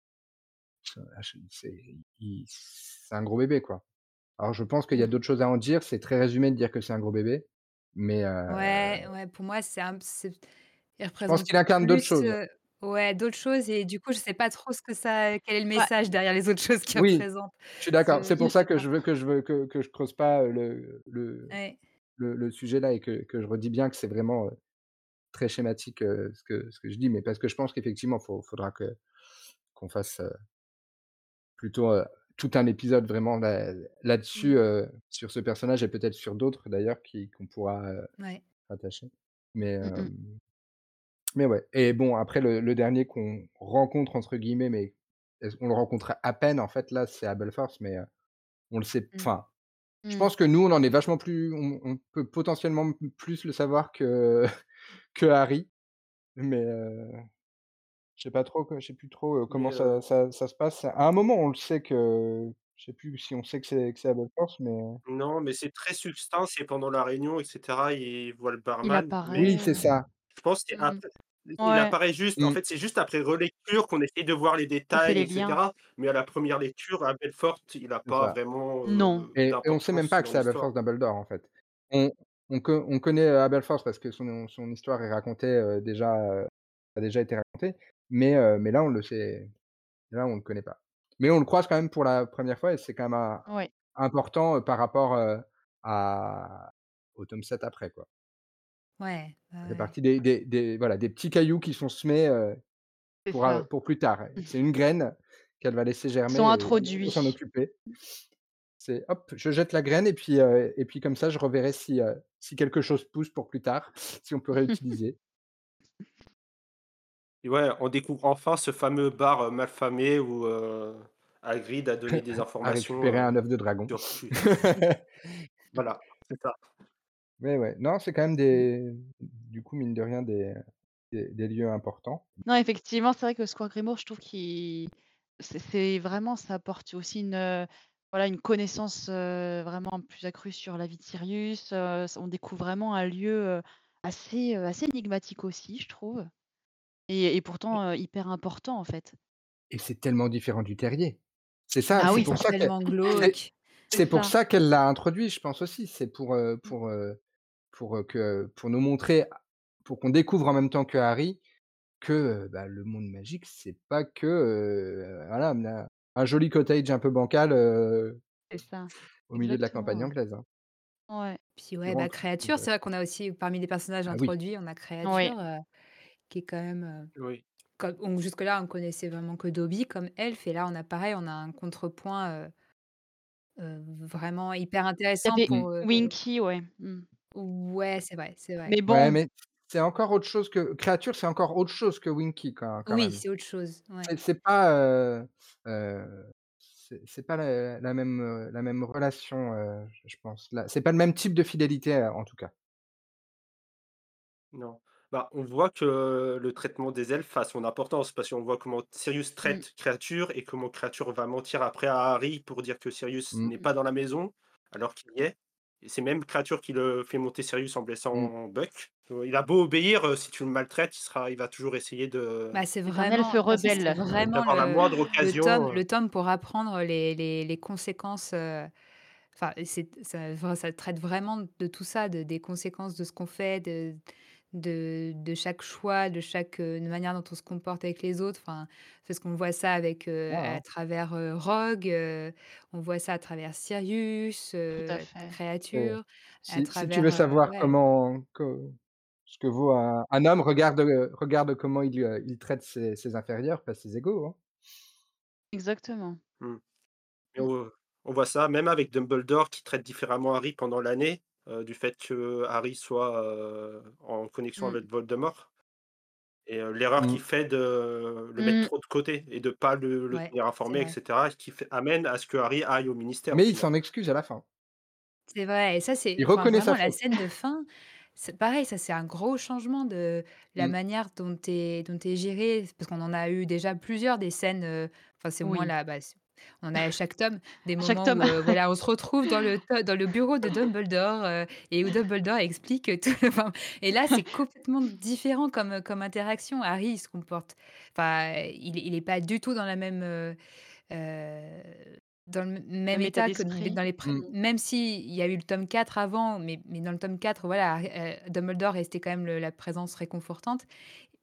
c'est il c'est un gros bébé, quoi. Alors je pense qu'il y a mmh. d'autres choses à en dire, c'est très résumé de dire que c'est un gros bébé, mais heu, ouais, ouais, pour moi, c'est un c'est il je pense représente qu'il incarne d'autres plus, choses. Ouais, d'autres choses et du coup, je sais pas trop ce que ça quel est le Ouais, message derrière les autres choses qu'il Oui, représente. je suis d'accord. Ce C'est je pour ça sais que pas. je veux que je veux que que je creuse pas, heu, le le Ouais. le le sujet là et que que je redis bien que c'est vraiment, heu, très schématique, heu, ce que ce que je dis, mais parce que je pense qu'effectivement, faut faudra que qu'on fasse, heu, plutôt, heu, tout un épisode vraiment là là-dessus, Mmh. heu, sur ce personnage et peut-être sur d'autres d'ailleurs qui qu'on pourra, heu, Ouais. rattacher. Mais, mmh mh. hem, mais ouais et bon après le le dernier qu'on «rencontre» entre guillemets, mais est-ce on le rencontre à peine en fait là, c'est Abel Force, mais, heu, on le sait Mmh. enfin, je Mmh. pense que nous, on en est vachement plus on on peut potentiellement m plus le savoir que que Harry, mais, heu, je sais pas trop quoi je sais plus trop, heu, comment Mais, ça heu, ça ça se passe. À un moment, on le sait que je sais plus si on sait que c'est que c'est Abel Force, mais, heu non, mais c'est très succinct, c'est pendant la réunion et cetera, il voit le Il barman, oui, mais apparaît, c'est heu ça. je pense que c'est Mmh. après il ouais, apparaît juste en Mmh. fait, c'est juste après relecture qu'on essaye de voir les on fait détails les et liens. cetera, mais à la première lecture, à Belfort, il a C'est pas ça vraiment, Non. heu, et et on sait même d'importance pas que dans c'est l'histoire. Aberforth Dumbledore, en fait. On on co on connaît, heu, Aberforth parce que son son histoire est racontée, heu, déjà, heu, a déjà été racontée, mais, heu, mais là, on le sait là, on le connaît pas. Mais on le croise quand même pour la première fois et c'est quand même un Ouais, important, heu, par rapport, heu, à au tome sept après, quoi. Ouais, ouais, Ça fait ouais. partie des des des voilà, des petits cailloux qui sont semés, heu, c'est pour, heu, ça. pour plus tard. C'est une graine qu'elle va laisser Ils germer sont et il faut s'en introduits. occuper. C'est hop, je jette la graine et puis, heu et puis comme ça je reverrai si, heu, si quelque chose pousse pour plus tard, si on peut réutiliser. Et ouais, on découvre enfin ce fameux bar, heu, malfamé où, heu, Hagrid a donné des À informations, récupérer heu, un œuf de dragon. sur plus voilà, c'est ça. Mais ouais, non, c'est quand même Mmh. des du coup, mine de rien, des, des des lieux importants. Non, effectivement, c'est vrai que Square Grimoire, je trouve qu'il c'est c'est vraiment ça apporte aussi une, heu, voilà, une connaissance, heu, vraiment plus accrue sur la vie de Sirius, heu, s on découvre vraiment un lieu, heu, assez, heu, assez énigmatique aussi, je trouve et et Et pourtant, heu, hyper important, en fait. et c'est tellement différent du terrier. C'est ça, Ah c'est oui, pour C'est ça que tellement c'est glauque. c'est c'est pour ça. ça qu'elle l'a introduit, je pense aussi. C'est pour, heu, Mmh. pour, heu, pour, heu, que pour nous montrer pour qu'on découvre en même temps que Harry que, heu, bah, le monde magique, c'est pas que, heu, voilà, na un joli cottage un peu bancal, heu, C'est ça, au milieu de la exactement, campagne ouais. anglaise, hein. Ouais, Puis Tu ouais, bah, rentres, tu créature, c'est vrai qu'on a aussi parmi les personnages ah oui, introduits, on a oui, créature, heu, qui est quand même, heu, Oui, comme on jusque-là, on connaissait vraiment que Dobby comme elfe et là, on a pareil, on a un contrepoint, heu heu, vraiment hyper il y intéressant avait mmh. pour, heu Winky, ouais, mmh, ouais, c'est vrai, c'est vrai. mais Ouais, bon, mais c'est encore autre chose que créature, c'est encore autre chose que Winky quand quand Oui, même. c'est autre chose, ouais. C'est c'est pas, heu heu, c'est c'est pas la la même, heu, la même relation, heu, je je pense. Là, c'est pas le même type de fidélité, heu, en tout cas. non. Bah, on voit que le traitement des elfes a son importance parce qu'on voit comment Sirius mmh, traite Créature et comment Créature va mentir après à Harry pour dire que Sirius Mmh, n'est mmh, pas dans la maison alors qu'il y est et c'est même Créature qui le fait monter Sirius en mmh. blessant Buck. Heu, il a beau obéir, heu, si tu le maltraites, il sera il va toujours essayer de Bah, c'est c'est un elfe vraiment de toute façon, c'est rebelle. vraiment d'avoir la le moindre le tome occasion, heu le tome pour apprendre les les les conséquences, heu, enfin, c'est ça vra ça traite vraiment de tout ça, de des conséquences de ce qu'on fait, de de de chaque choix, de chaque, heu, manière dont on se comporte avec les autres, enfin, parce qu'on voit ça avec, heu, Ouais, à hein. travers, heu, Rogue, heu, on voit ça à travers Sirius, Tout à heu, fait. Et Créature, à si si tu veux travers, heu, savoir ouais. comment co ce que vaut un un homme, regarde, heu, regarde comment il, heu, il traite ses ses inférieurs, pas ses égaux, hein. Exactement. mmh et Mmh, on on voit ça même avec Dumbledore qui traite différemment Harry pendant l'année, heu, du fait que Harry soit, heu, en connexion mmh, avec Voldemort. Et heu, l'erreur Mmh. qu'il fait de le mettre mmh, trop de côté et de pas le le Ouais, tenir c'est informé et vrai. cetera, ce qui fait amène à ce que Harry aille au ministère au Mais il final. s'en excuse à la fin. C'est vrai et ça, c'est Il enfin, reconnaît sa vraiment la faute. scène de fin, c'est pareil, ça, c'est un gros changement de la Mmh. manière dont est dont est géré parce qu'on en a eu déjà plusieurs des scènes, heu, enfin, c'est au moins oui. là, bah, c on a à chaque tome des À chaque moments tome. où, heu, voilà, on se retrouve dans le to dans le bureau de Dumbledore, heu et où Dumbledore explique, tout enfin et là, c'est complètement différent comme, heu, comme interaction. Harry, il se comporte enfin, il est il est pas du tout dans la même, heu Heu, dans le m même Même état état que d d'esprit. dans les pré Mmh. Mmh. même s'il y a eu le tome quatre avant, mais mais dans le tome quatre, voilà, heu, Dumbledore restait quand même le la présence réconfortante.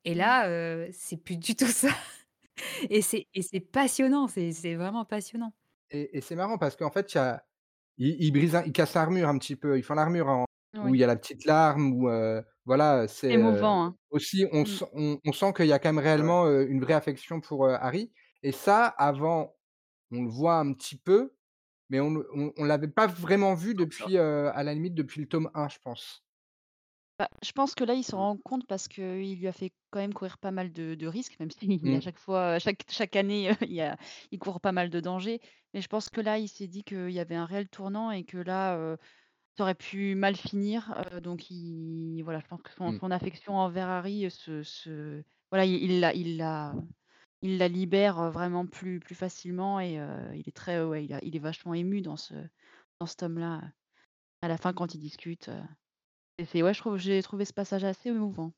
Et Mmh. là, heu, c'est plus du tout ça et c'est et c'est passionnant, c'est c'est vraiment passionnant. Et et c'est marrant parce qu'en fait, il y a il il brise un il casse l'armure un petit peu. Ils font l'armure en où il Oui, y a la petite larme, où, heu, voilà, c'est, heu, émouvant, hein. aussi on Mmh. sent on on sent qu'il y a quand même Ouais. réellement, heu, une vraie affection pour, heu, Harry et ça, avant, on le voit un petit peu, mais on le on on l'avait pas vraiment vu Tant que ça. depuis, heu, à la limite depuis le tome un, je pense. Bah, je pense que là, il s'en Mmh. rend compte parce qu'il lui a fait quand même courir pas mal de de risques, même si à Mmh, chaque fois, chaque chaque année, il y a il court pas mal de dangers. Mais je pense que là, il s'est dit qu'il y avait un réel tournant et que là, heu, ça aurait pu mal finir, heu, donc il voilà, je pense que son mmh. son affection envers Harry, se se voilà, il il la il la il la libère, heu, vraiment plus plus facilement et heu, il est très ouais, il a il est vachement ému dans ce dans ce tome-là, heu, à la fin quand ils discutent, heu et c'est ouais, je trouve j'ai trouvé ce passage assez émouvant.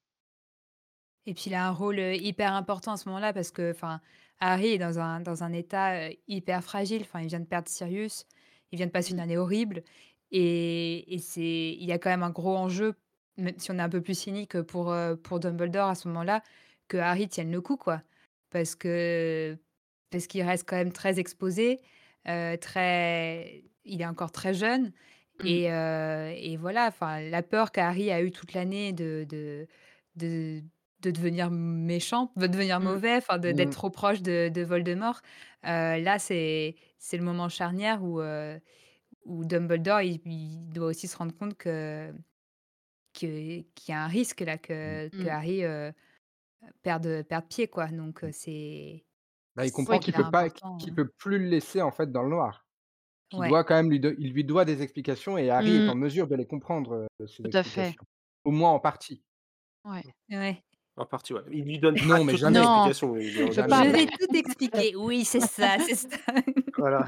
Et puis il a un rôle, heu, hyper important à ce moment-là parce que, enfin, Harry est dans un dans un état, heu, hyper fragile. Enfin, il vient de perdre Sirius, il vient de passer une Mmh. année horrible et et c'est il y a quand même un gros enjeu, même si on est un peu plus cynique, pour, heu, pour Dumbledore à ce moment-là, que Harry tienne le coup, quoi. Parce que parce qu'il reste quand même très exposé, heu, très il est encore très jeune Mmh. et heu et voilà, enfin, la peur qu'Harry a eue toute l'année de de de de devenir méchant, de devenir Mmh. mauvais, enfin de d'être Mmh. trop proche de de Voldemort. Heu, là, c'est c'est le moment charnière où, heu, où Dumbledore, il il doit aussi se rendre compte que que qu'il y a un risque là, Mmh. que que Mmh. Harry, heu, perde, perde pied quoi, donc heu, c'est Bah, il Ouais, comprend c'est qu'il qu'il hyper peut pas important, qu'il heu peut plus le laisser, en fait, dans le noir. Qu'il ouais. doit quand même lui do il lui doit des explications et Harry est mmh, en mesure de les comprendre, heu, ces tout à fait. explications. Au moins en partie. Ouais. Ouais. En partie, ouais. Il lui donne pas Non, mais toutes les jamais, Non, explications, il lui en il peut donne, Je pas. jamais. vais heu tout expliquer. Oui, c'est ça, c'est ça. voilà.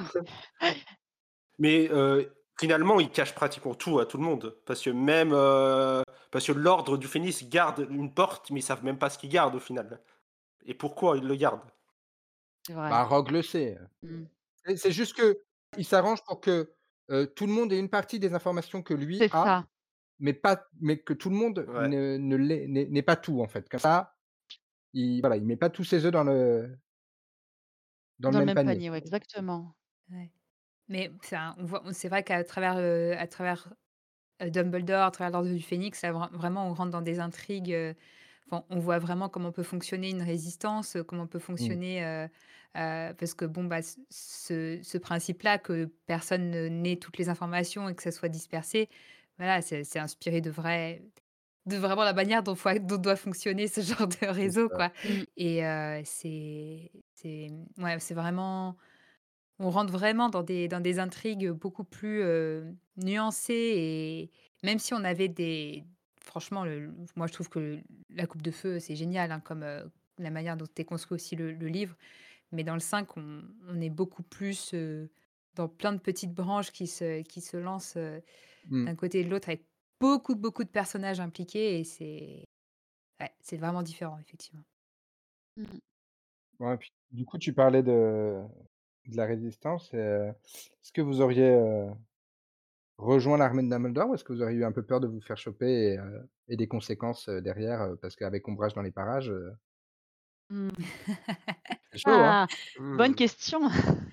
Mais heu, finalement, il cache pratiquement tout à tout le monde. Parce que même, heu, parce que l'ordre du Phénix garde une porte, mais ils savent même pas ce qu'ils gardent au final et pourquoi ils le gardent. C'est vrai. Bah, Rogue le sait, heu. Mmh. C'est c'est juste qu'il s'arrange pour que, heu, tout le monde ait une partie des informations que lui C'est a, ça, mais pas mais que tout le monde Ouais. ne ne l'ait n'ait n'ait pas tout, en fait. Comme ça, il voilà, il met pas tous ses œufs dans le dans le dans le même même panier. panier, ouais, exactement. Ouais. Mais enfin, on voit c'est vrai qu'à travers, heu, à travers Heu, Dumbledore, à travers l'Ordre du Phénix, là, vra vraiment, on rentre dans des intrigues, heu, enfin, on voit vraiment comment peut fonctionner une résistance, heu, comment peut Mmh, fonctionner, heu heu, parce que bon, bah, ce ce ce principe-là que personne ne n'ait toutes les informations et que ça soit dispersé, voilà, c'est c'est inspiré de vrai de vraiment la manière dont foi dont doit fonctionner ce genre de c'est réseau, ça. quoi Mmh. et heu, c'est c'est, mmh, ouais, c'est vraiment on rentre vraiment dans des dans des intrigues, beaucoup plus, heu, nuancées et même si on avait des franchement, le moi je trouve que La Coupe de Feu, c'est génial, hein, comme, heu, la manière dont est construit aussi le le livre. Mais dans le cinq, on on est beaucoup plus, heu, dans plein de petites branches qui se qui se lancent, heu, Mmh. d'un côté et de l'autre avec beaucoup, beaucoup de personnages impliqués et c'est ouais, c'est vraiment différent effectivement. Mmh. Ouais, puis du coup, tu parlais de de la résistance et heu, est-ce que vous auriez, heu, rejoint l'armée de Dumbledore ou est-ce que vous auriez eu un peu peur de vous faire choper et heu et des conséquences, heu, derrière, heu, parce qu'avec Ombrage dans les parages, heu, Mmh. c'est chaud, hein? Ah! Bonne Mmh. question.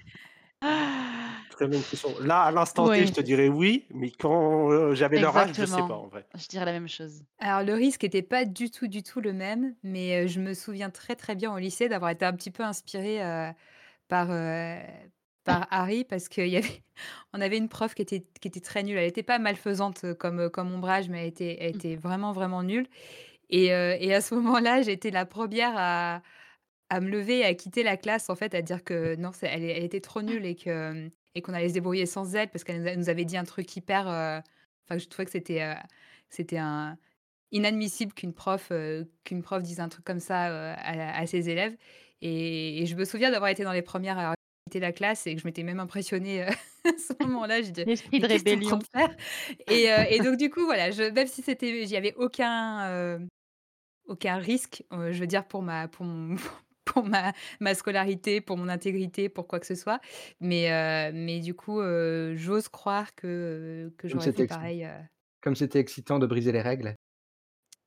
Très bonne question. Là, à l'instant T, je Oui, te dirais oui, mais quand, heu, j'avais leur âge, je sais pas exactement. en vrai. Je dirais la même chose. Alors le risque était pas du tout, du tout le même, mais heu, je me souviens très, très bien au lycée d'avoir été un petit peu inspirée, heu, par, heu, par Harry parce qu'il y avait on avait une prof qui était qui était très nulle. Elle était pas malfaisante, heu, comme, heu, comme Ombrage, mais elle était elle Mmh. était vraiment, vraiment nulle et heu et à ce moment-là, j'étais la première à à me lever et à quitter la classe, en fait, à dire que non, c'est elle est elle était trop nulle et que, hem et qu'on allait se débrouiller sans elle parce qu'elle nous a nous avait dit un truc hyper, heu, enfin, je trouvais que c'était, heu, c'était un inadmissible qu'une prof, heu, qu'une prof dise un truc comme ça, heu, à la à ses élèves et et je me souviens d'avoir été dans les premières à quitter la classe et que je m'étais même impressionnée, heu, à ce moment-là. Je dis: L'esprit «Mais de qu'est-ce que tu es en train de rébellion. faire?» et heu et donc du coup, voilà, je même si c'était il y avait aucun, heu, aucun risque, heu, je veux dire pour ma pour mon pour ma ma scolarité, pour mon intégrité, pour quoi que ce soit, mais heu, mais du coup, heu, j'ose croire que, heu, que Comme j'aurais fait c'était exci pareil, heu comme c'était excitant de briser les règles.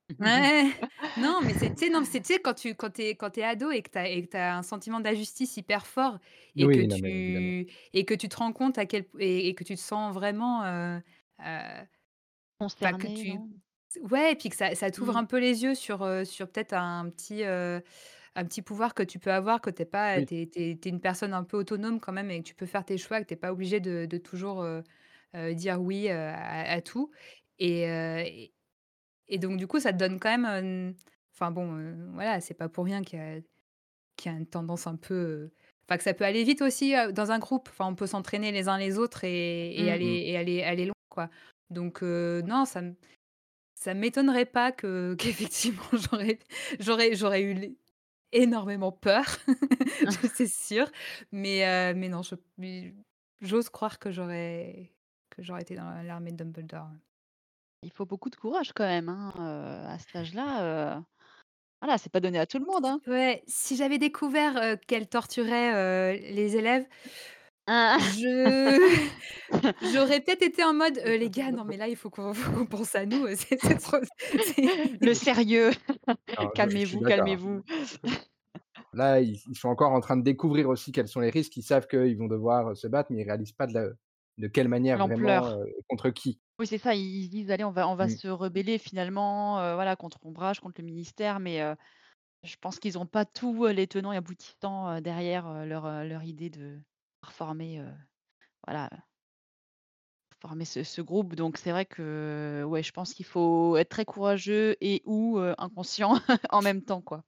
Ouais, non, mais c'est tu sais, non, mais c'est tu sais, quand tu quand tu es quand tu es ado et que tu as et que tu as un sentiment d'injustice hyper fort et que Oui, non, mais évidemment. tu et que tu te rends compte à quel p et et que tu te sens vraiment, heu heu, enfin que Concerné, tu non? ouais, et puis que ça ça t'ouvre Mmh. un peu les yeux sur, heu, sur peut-être un petit, heu, un petit pouvoir que tu peux avoir, que tu es pas Oui, tu es tu es tu es une personne un peu autonome quand même et que tu peux faire tes choix, que tu es pas obligé de de toujours, heu heu, dire oui, heu, à à tout et heu et donc du coup, ça te donne quand même, hem, enfin bon, heu, voilà, c'est pas pour rien qu'il y a qu'il y a une tendance un peu, heu, enfin que ça peut aller vite aussi, heu, dans un groupe. Enfin, on peut s'entraîner les uns les autres et et Mmh. mmh. aller et aller aller loin, quoi. Donc heu, non, ça m ça m'étonnerait pas que qu'effectivement j'aurais j'aurais j'aurais eu les énormément peur, c'est sûr. Mais heu, mais non, je mais j'ose croire que j'aurais que j'aurais été dans l'armée de Dumbledore, ouais. Il faut beaucoup de courage quand même, hein, heu, à cet âge-là, heu, voilà, c'est pas donné à tout le monde, hein. Ouais, si j'avais découvert, heu, qu'elle torturait, heu, les élèves, Ah! je j'aurais peut-être été en mode: «Heu, les gars, non mais là, il faut qu'on faut qu'on pense à nous, heu, c'est c'est trop c'est» Le sérieux, Alors je je suis calmez-vous, d'accord, hein. calmez-vous. Là, ils ils sont encore en train de découvrir aussi quels sont les risques. Ils savent qu'ils vont devoir, heu, se battre, mais ils réalisent pas de la de quelle manière vraiment, L'ampleur. heu, et contre qui. Oui, c'est ça, ils se disent: «Allez, on va on va Mmh. se rebeller finalement, heu, voilà, contre Ombrage, contre le ministère», mais heu, je pense qu'ils ont pas tous, heu, les tenants et aboutissants, heu, derrière, heu, leur, heu, leur idée de reformer, heu, voilà, former ce ce groupe. Donc c'est vrai que, ouais, je pense qu'il faut être très courageux et ou, heu, inconscient en même temps, quoi.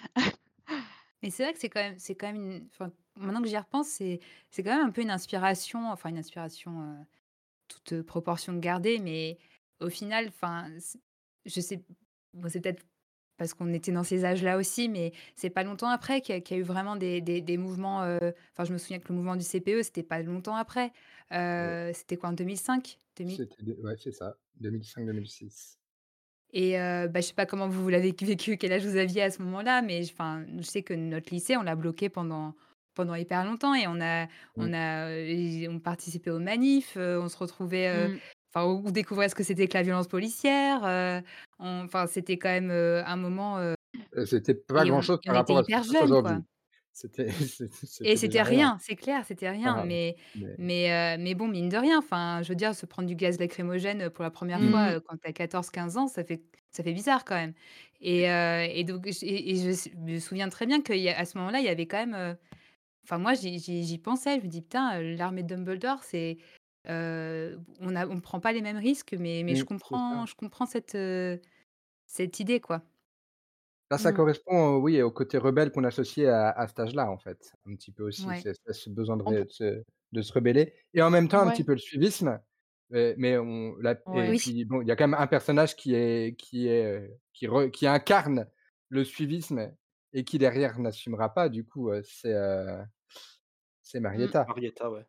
mais c'est vrai que c'est quand même c'est quand même une enfin, maintenant que j'y repense, c'est c'est quand même un peu une inspiration, enfin une inspiration, heu, toute, heu, proportion gardée, mais au final, enfin, c je sais bon, c'est peut-être parce qu'on était dans ces âges-là aussi, mais c'est pas longtemps après qu'il y a qu'il y a eu vraiment des des des mouvements, heu, enfin, je me souviens que le mouvement du C P E, c'était pas longtemps après. Heu, Heu, c'était quoi en deux mille cinq? deux mille c'était de ouais, c'est ça, deux mille cinq-deux mille six. et heu, bah, je sais pas comment vous, vous l'avez vécu, quel âge vous aviez à ce moment-là, mais j enfin, je sais que notre lycée, on l'a bloqué pendant pendant hyper longtemps et on a Mmh. on a, heu, et on participait aux manifs, heu, on se retrouvait, heu, Mmh. enfin, on découvrait ce que c'était que la violence policière, heu, on enfin, c'était quand même, heu, un moment, heu Heu, c'était pas et on grand-chose et on par était rapport à ce qui hyper se passe jeunes, quoi. aujourd'hui. C'était c'était Et c'était c'était déjà rien. rien, c'est clair, c'était rien, Ah, mais mais mais heu, mais bon, mine de rien, enfin, je veux dire, se prendre du gaz lacrymogène, pour la première mmh. fois, Mmh. heu, quand tu as quatorze quinze ans, ça fait ça fait bizarre quand même et heu et donc j et et je s me souviens très bien qu'il y a à ce moment-là, il y avait quand même, heu, enfin moi j'y j'y j'y pensais, je me dis: «Putain, heu, l'armée de Dumbledore, c'est, heu, on a on prend pas les mêmes risques, mais mais je Mmh, c'est comprends ça. je comprends cette, heu, cette idée, quoi». Là, ça Mmh. correspond, heu, oui, au côté rebelle qu'on associait à à cet âge-là, en fait, un petit peu aussi. Ouais. C'est c'est ce besoin de On ré pou de se de se rebeller et en même temps un petit Ouais, peu le suivisme, heu, mais on l'a et ouais. Oui. puis bon, il y a quand même un personnage qui est qui est, heu, qui re qui incarne le suivisme et qui derrière n'assumera pas du coup, heu, c'est, heu, c'est Mmh. Marietta. Marietta, ouais.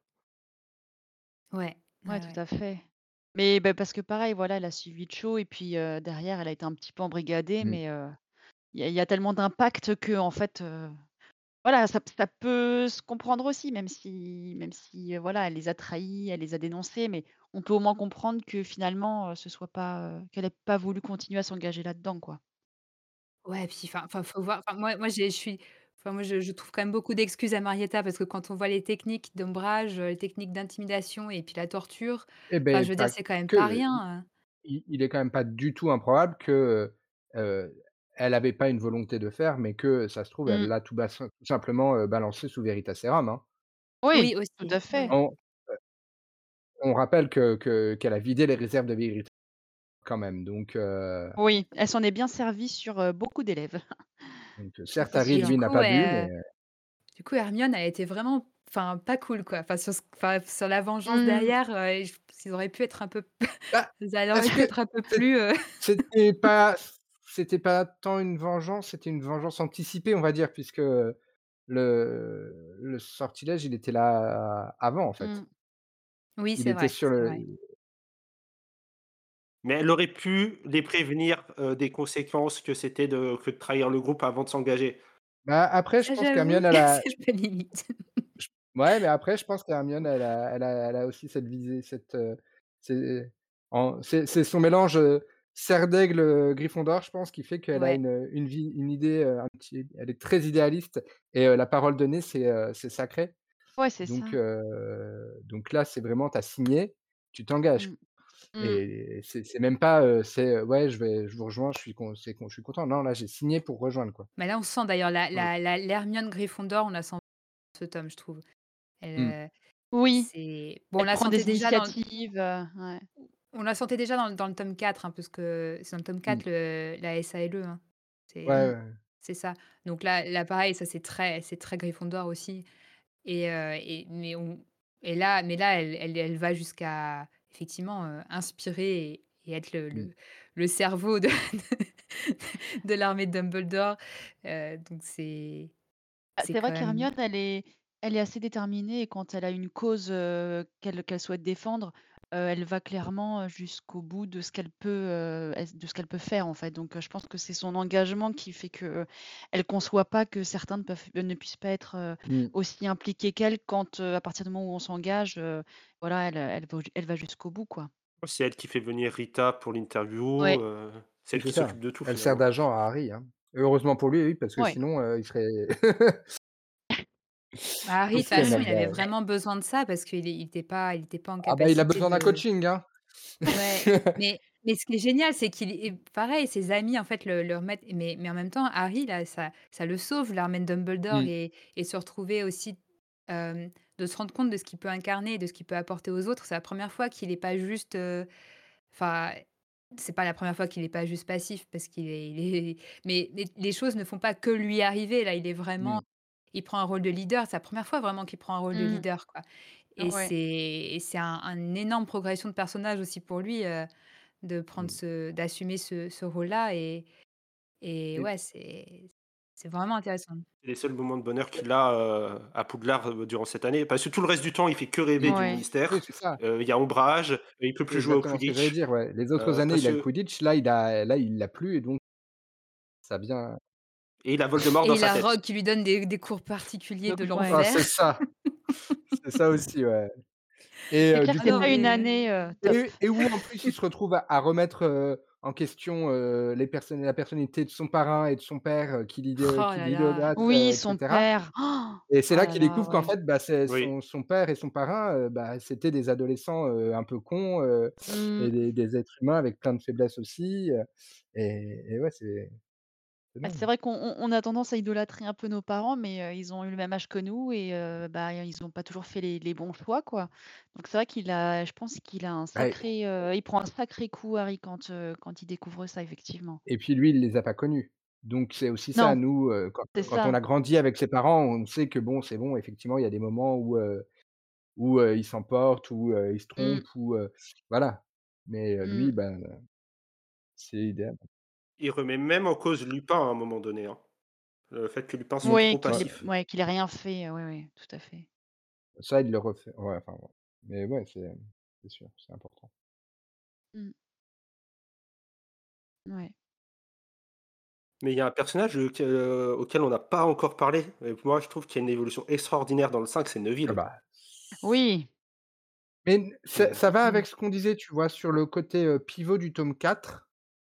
Ouais. Ouais, Ouais, tout ouais. à fait. Mais bah, parce que pareil, voilà, elle a suivi de chaud et puis, heu, derrière, elle a été un petit peu embrigadée, Mmh. mais heu, il y a il y a tellement d'impact qu'en fait, heu, voilà, ça p ça peut se comprendre aussi, même si même si, heu, voilà, elle les a trahis, elle les a dénoncés, mais on peut au moins comprendre que finalement, heu, ce soit pas, heu, qu'elle ait pas voulu continuer à s'engager là-dedans, quoi. Ouais, puis enfin enfin, faut voir enfin moi moi j'ai je suis enfin moi je je trouve quand même beaucoup d'excuses à Marietta parce que quand on voit les techniques d'ombrage, heu, les techniques d'intimidation et puis la torture, Et enfin beh, je veux dire pas c'est quand même pas que. rien, heu. Il il est quand même pas du tout improbable que, heu elle avait pas une volonté de faire, mais que ça se trouve, elle Mmh. l'a tout basse tout simplement, heu, balancé sous veritaserum, hein. Oui, Oui tout aussi, à fait. ouais. On on rappelle que que qu'elle a vidé les réserves de vérité quand même, donc heu, Oui, elle s'en est bien servie sur, heu, beaucoup d'élèves. donc heu, Ça, certes c'est Harry Et du sûr. lui n'a coup, pas bu, mais heu, du coup Hermione a été vraiment enfin pas cool quoi, enfin sur ce enfin sur la vengeance Mmh. derrière, heu, et je ils auraient pu être un peu bah, ils auraient est-ce pu que être un peu c'est plus, heu c'était pas c'était pas tant une vengeance, c'était une vengeance anticipée, on va dire, puisque, le le sortilège, il était là avant, en fait. Mmh. oui Il c'est était vrai, sur c'est le vrai. Mais elle aurait pu les prévenir, heu, des conséquences que c'était de que de trahir le groupe avant de s'engager. bah, après je Ça pense j'avoue qu'Hermione que elle a c'est un peu limite. j ouais, mais après je pense qu'Hermione elle a elle a elle a aussi cette visée, cette, heu, c'est en c'est c'est son mélange, heu, cerf d'aigle, heu, Gryffondor, je pense, qui fait qu'elle a Ouais. une, heu, une vie une idée, heu, un petit elle est très idéaliste et heu, la parole donnée, c'est, heu, c'est sacré. Ouais, c'est Donc ça. heu, donc là, c'est vraiment tu as signé, tu t'engages Mmh. Mmh. et c'est c'est même pas, heu, c'est, heu: «Ouais, je vais je vous rejoins, je suis con c'est con je suis content». Non, là, j'ai signé pour rejoindre, quoi. Mais là, on sent d'ailleurs la Mmh. la la l'Hermione Gryffondor, on la sent ce tome, je trouve. Mmh. Elle, heu, Oui, c'est bon, on elle la prend des sentait déjà dans initiatives, heu, ouais. on la sentait déjà dans le dans le tome quatre, hein, parce que c'est dans le tome Mmh. quatre le la S A L E, hein. Ouais, C'est ouais, Mmh. ouais. c'est ça. Donc là là, pareil, ça c'est très c'est très Gryffondor aussi et heu et mais on et là mais là, elle elle elle va jusqu'à effectivement, heu, inspirer et et être le Mmh. le le cerveau de de l'armée de Dumbledore, heu, donc c'est Bah, c'est c'est quand vrai même qu'Hermione, elle est elle est assez déterminée et quand elle a une cause, heu, qu'elle qu'elle souhaite défendre, heu, elle va clairement, heu, jusqu'au bout de ce qu'elle peut, heu, est de ce qu'elle peut faire, en fait. Donc, heu, je pense que c'est son engagement qui fait qu'elle conçoit pas que certains ne peuvent ne puissent pas être, heu, Mmh. aussi impliqués qu'elle quand, heu, à partir du moment où on s'engage, heu, voilà, elle, elle va elle va jusqu'au bout, quoi. C'est elle qui fait venir Rita pour l'interview, Ouais, heu, c'est Oui, elle c'est qui ça. s'occupe de tout Elle sert finalement. d'agent à Harry, hein. Et heureusement pour lui, oui, parce que ouais. sinon, heu, il serait bah, Harry, il de toute serait façon, mal il avait barré. vraiment besoin de ça parce qu'il est il était pas il était pas en Ah bah, il a capacité besoin d'un de coaching, hein. ouais, mais mais ce qui est génial, c'est qu'il est pareil, ses amis, en fait, le le remettent mais mais en même temps, Harry, là, ça ça le sauve, l'armée de Dumbledore Mmh. et et se retrouver aussi, hem, de se rendre compte de ce qu'il peut incarner et de ce qu'il peut apporter aux autres. C'est la première fois qu'il est pas juste, heu, enfin, c'est pas la première fois qu'il est pas juste passif parce qu'il est il est mais mais les choses ne font pas que lui arriver. Là, il est vraiment Mmh. il prend un rôle de leader. C'est la première fois vraiment qu'il prend un rôle de Mmh. leader, quoi et Ouais. c'est et c'est un un énorme progression de personnage aussi pour lui, heu de prendre Mmh. ce d'assumer ce ce rôle-là et et Et ouais, c'est c'est vraiment intéressant. C'est les seuls moments de bonheur qu'il a, heu, à Poudlard, heu, durant cette année. Parce que tout le reste du temps, il fait que rêver mmh. du Ouais. Oui, ministère. c'est ça. Heu, il y a ombrage, il peut C'est plus jouer au exactement ce que j'allais Quidditch, dire, ouais. Les autres heu, années, parce il a le que Quidditch, là, il a là, il l'a plus et donc ça vient et il a Voldemort Et dans il sa a tête. Rogue qui lui donne des des cours particuliers Donc de ouais. ah, l'enfer. c'est ça, c'est ça aussi, ouais et C'est heu, clair du que Ah c'est non, coup pas une mais année, heu, top. et et où en plus il se retrouve à à remettre, heu, en question, heu, les personnes la personnalité de son parrain et de son père, heu, qu'il idé oh qu'il là là. idolâtre, Oui, heu et son cetera père. et c'est Oh là là qu'il là, découvre qu'en ouais. fait, bah, c'est Oui, son son père et son parrain, heu, bah, c'était des adolescents, heu, un peu cons, heu Mmh. et des des êtres humains avec plein de faiblesses aussi, heu et et ouais, c'est c'est Bah, c'est dingue. vrai qu'on on on a tendance à idolâtrer un peu nos parents, mais heu, ils ont eu le même âge que nous et heu, bah, ils ont pas toujours fait les les bons choix, quoi. Donc c'est vrai qu'il a je pense qu'il a un Bah sacré, heu, il prend un sacré coup Harry quand, heu, quand il découvre ça effectivement. et puis lui, il les a pas connus. Donc c'est aussi ça, Non, nous, heu, quand c'est quand on ça. a grandi avec ses parents, on sait que bon, c'est bon, effectivement, il y a des moments où, heu où, heu, ils s'emportent, où, heu, ils se Mmh, trompent, où, heu, voilà. Mais, heu, lui, mmh. ben, c'est idéal. il remet même en cause Lupin à un moment donné, hein. Le fait que Lupin soit Mmh. Ouais, trop qu'il ait Ouais, passif. ouais, qu'il ait rien fait, ouais, ouais, tout à fait. ça, il le refait. Ouais, enfin, ouais. Mais ouais, c'est c'est sûr, c'est important. Mmh, ouais. Mais il y a un personnage auquel, heu, auquel on n'a pas encore parlé et moi je trouve qu'il y a une évolution extraordinaire dans le cinq, c'est Ah Neville. bah, Oui, mais n ça Heu, ça va mmh, avec ce qu'on disait, tu vois? Sur le côté, heu, pivot du tome quatre,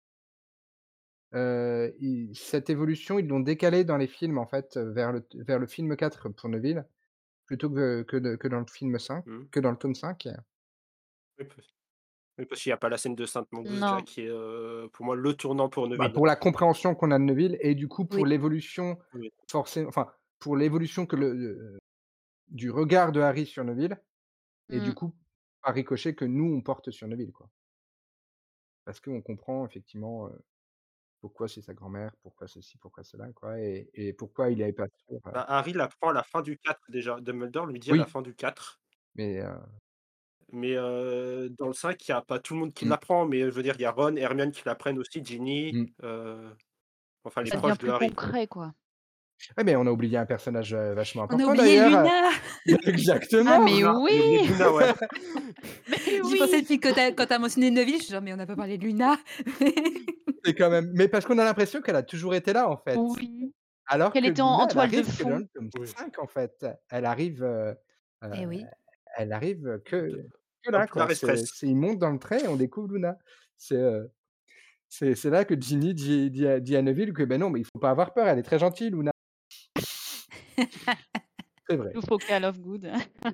heu, ils cette évolution, ils l'ont décalée dans les films, en fait, heu, vers le vers le film quatre pour Neville, plutôt que que de que dans le film cinq mmh, que dans le tome cinq. oui, parce oui, parce qu'il y a pas la scène de Sainte-Mangouste déjà non, qui est, heu, pour moi le tournant pour Bah, Neville. pour la compréhension qu'on a de Neville et du coup Oui. pour l'évolution Oui. forcé enfin, pour l'évolution que le le du regard de Harry sur Neville et du mmh. coup, par ricochet, que nous on porte sur Neville, quoi. Parce qu'on comprend effectivement, heu, pourquoi c'est sa grand-mère, pourquoi ceci, pourquoi cela, quoi et et pourquoi il avait pas sûr, heu Bah, Harry l'apprend à la fin du quatre déjà. Dumbledore lui dit à la oui, fin du quatre, mais heu, mais heu, dans le cinq, il y a pas tout le monde qui mmh, l'apprend, mais, heu, je veux dire, il y a Ron et Hermione qui l'apprennent aussi, Ginny, mmh, heu, enfin les c'est Ça ça. devient proches de plus Harry. concret, quoi. Ouais, mais on a oublié un personnage, heu, vachement On a important oublié d'ailleurs, heu Luna! Ah exactement! mais Luna, oui! j'ai oublié Luna, ouais. Mais J'y pensais oui! depuis que tu as quand tu as mentionné Neville, je suis genre: «Mais on n'a pas parlé de Luna». C'est quand même mais parce qu'on a l'impression qu'elle a toujours été là, en fait. Oui, Alors qu'elle que était en en Luna, elle toile de arrive que dans fond. le tome Oui. cinq en fait. Elle arrive, heu heu, Eh oui. elle arrive De que que dans là quoi. Poudlard C'est Express. c'est il monte dans le trait et on découvre Luna. C'est, heu, C'est c'est là que Ginny dit dit à dit à Neville que: «Beh, non, mais il faut pas avoir peur, elle est très gentille Luna». C'est vrai. Look for Call of Good.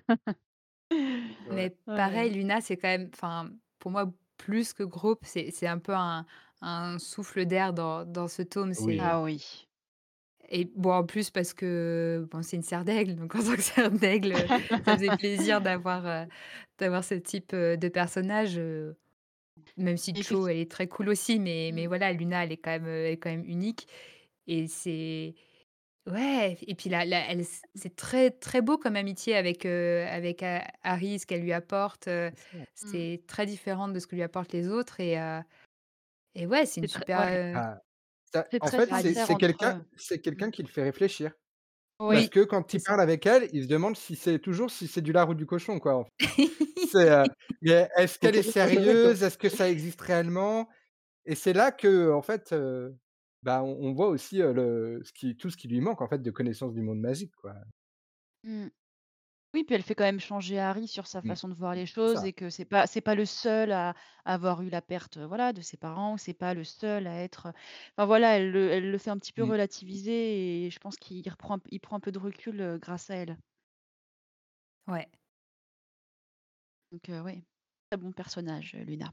Ouais. Mais pareil, Ouais. Luna, c'est quand même enfin, pour moi, plus que Grope, c'est c'est un peu un un souffle d'air dans dans ce tome. Oui. C'est Ah oui. et bon, en plus parce que, bon, c'est une serre d'aigle, donc en tant que serre d'aigle, heu, ça faisait plaisir d'avoir, heu, d'avoir ce type, heu, de personnage, heu, même si Cho, Effecti elle est très cool aussi, mais mais mmh. voilà, Luna, elle est quand même, heu, elle est quand même unique et c'est ouais et puis la la elle c c'est très, très beau comme amitié avec, heu, avec Ha Harry, ce qu'elle lui apporte, heu, C'est ça. Mmh. c'est très différent de ce que lui apportent les autres et heu et ouais, c'est une C'est très super, ouais, heu, Ah, ça c'est en très fait, super c'est sincère c'est addition. entre quelqu'un eux. c'est Mmh. quelqu'un qui le fait réfléchir. Parce Oui. que quand C'est il ça. parle avec elle, il se demande si c'est toujours si c'est du lard ou du cochon, quoi, en fait. C'est, heu, mais est-ce qu'elle est sérieuse? Est-ce que ça existe réellement? Et c'est là qu'en fait, heu, bah, on on voit aussi, heu, le ce qui tout ce qui lui manque, en fait, de connaissance du monde magique, quoi. Mmh. Oui, puis elle fait quand même changer Harry sur sa Mmh. façon de voir les C'est choses ça. et que c'est pas c'est pas le seul à avoir eu la perte, heu, voilà, de ses parents, c'est pas le seul à être, enfin voilà, elle le elle le fait un petit peu Mmh. relativiser et je pense qu'il reprend un p il prend un peu de recul, heu, grâce à elle. Ouais. Donc heu, ouais, très bon personnage, heu, Luna.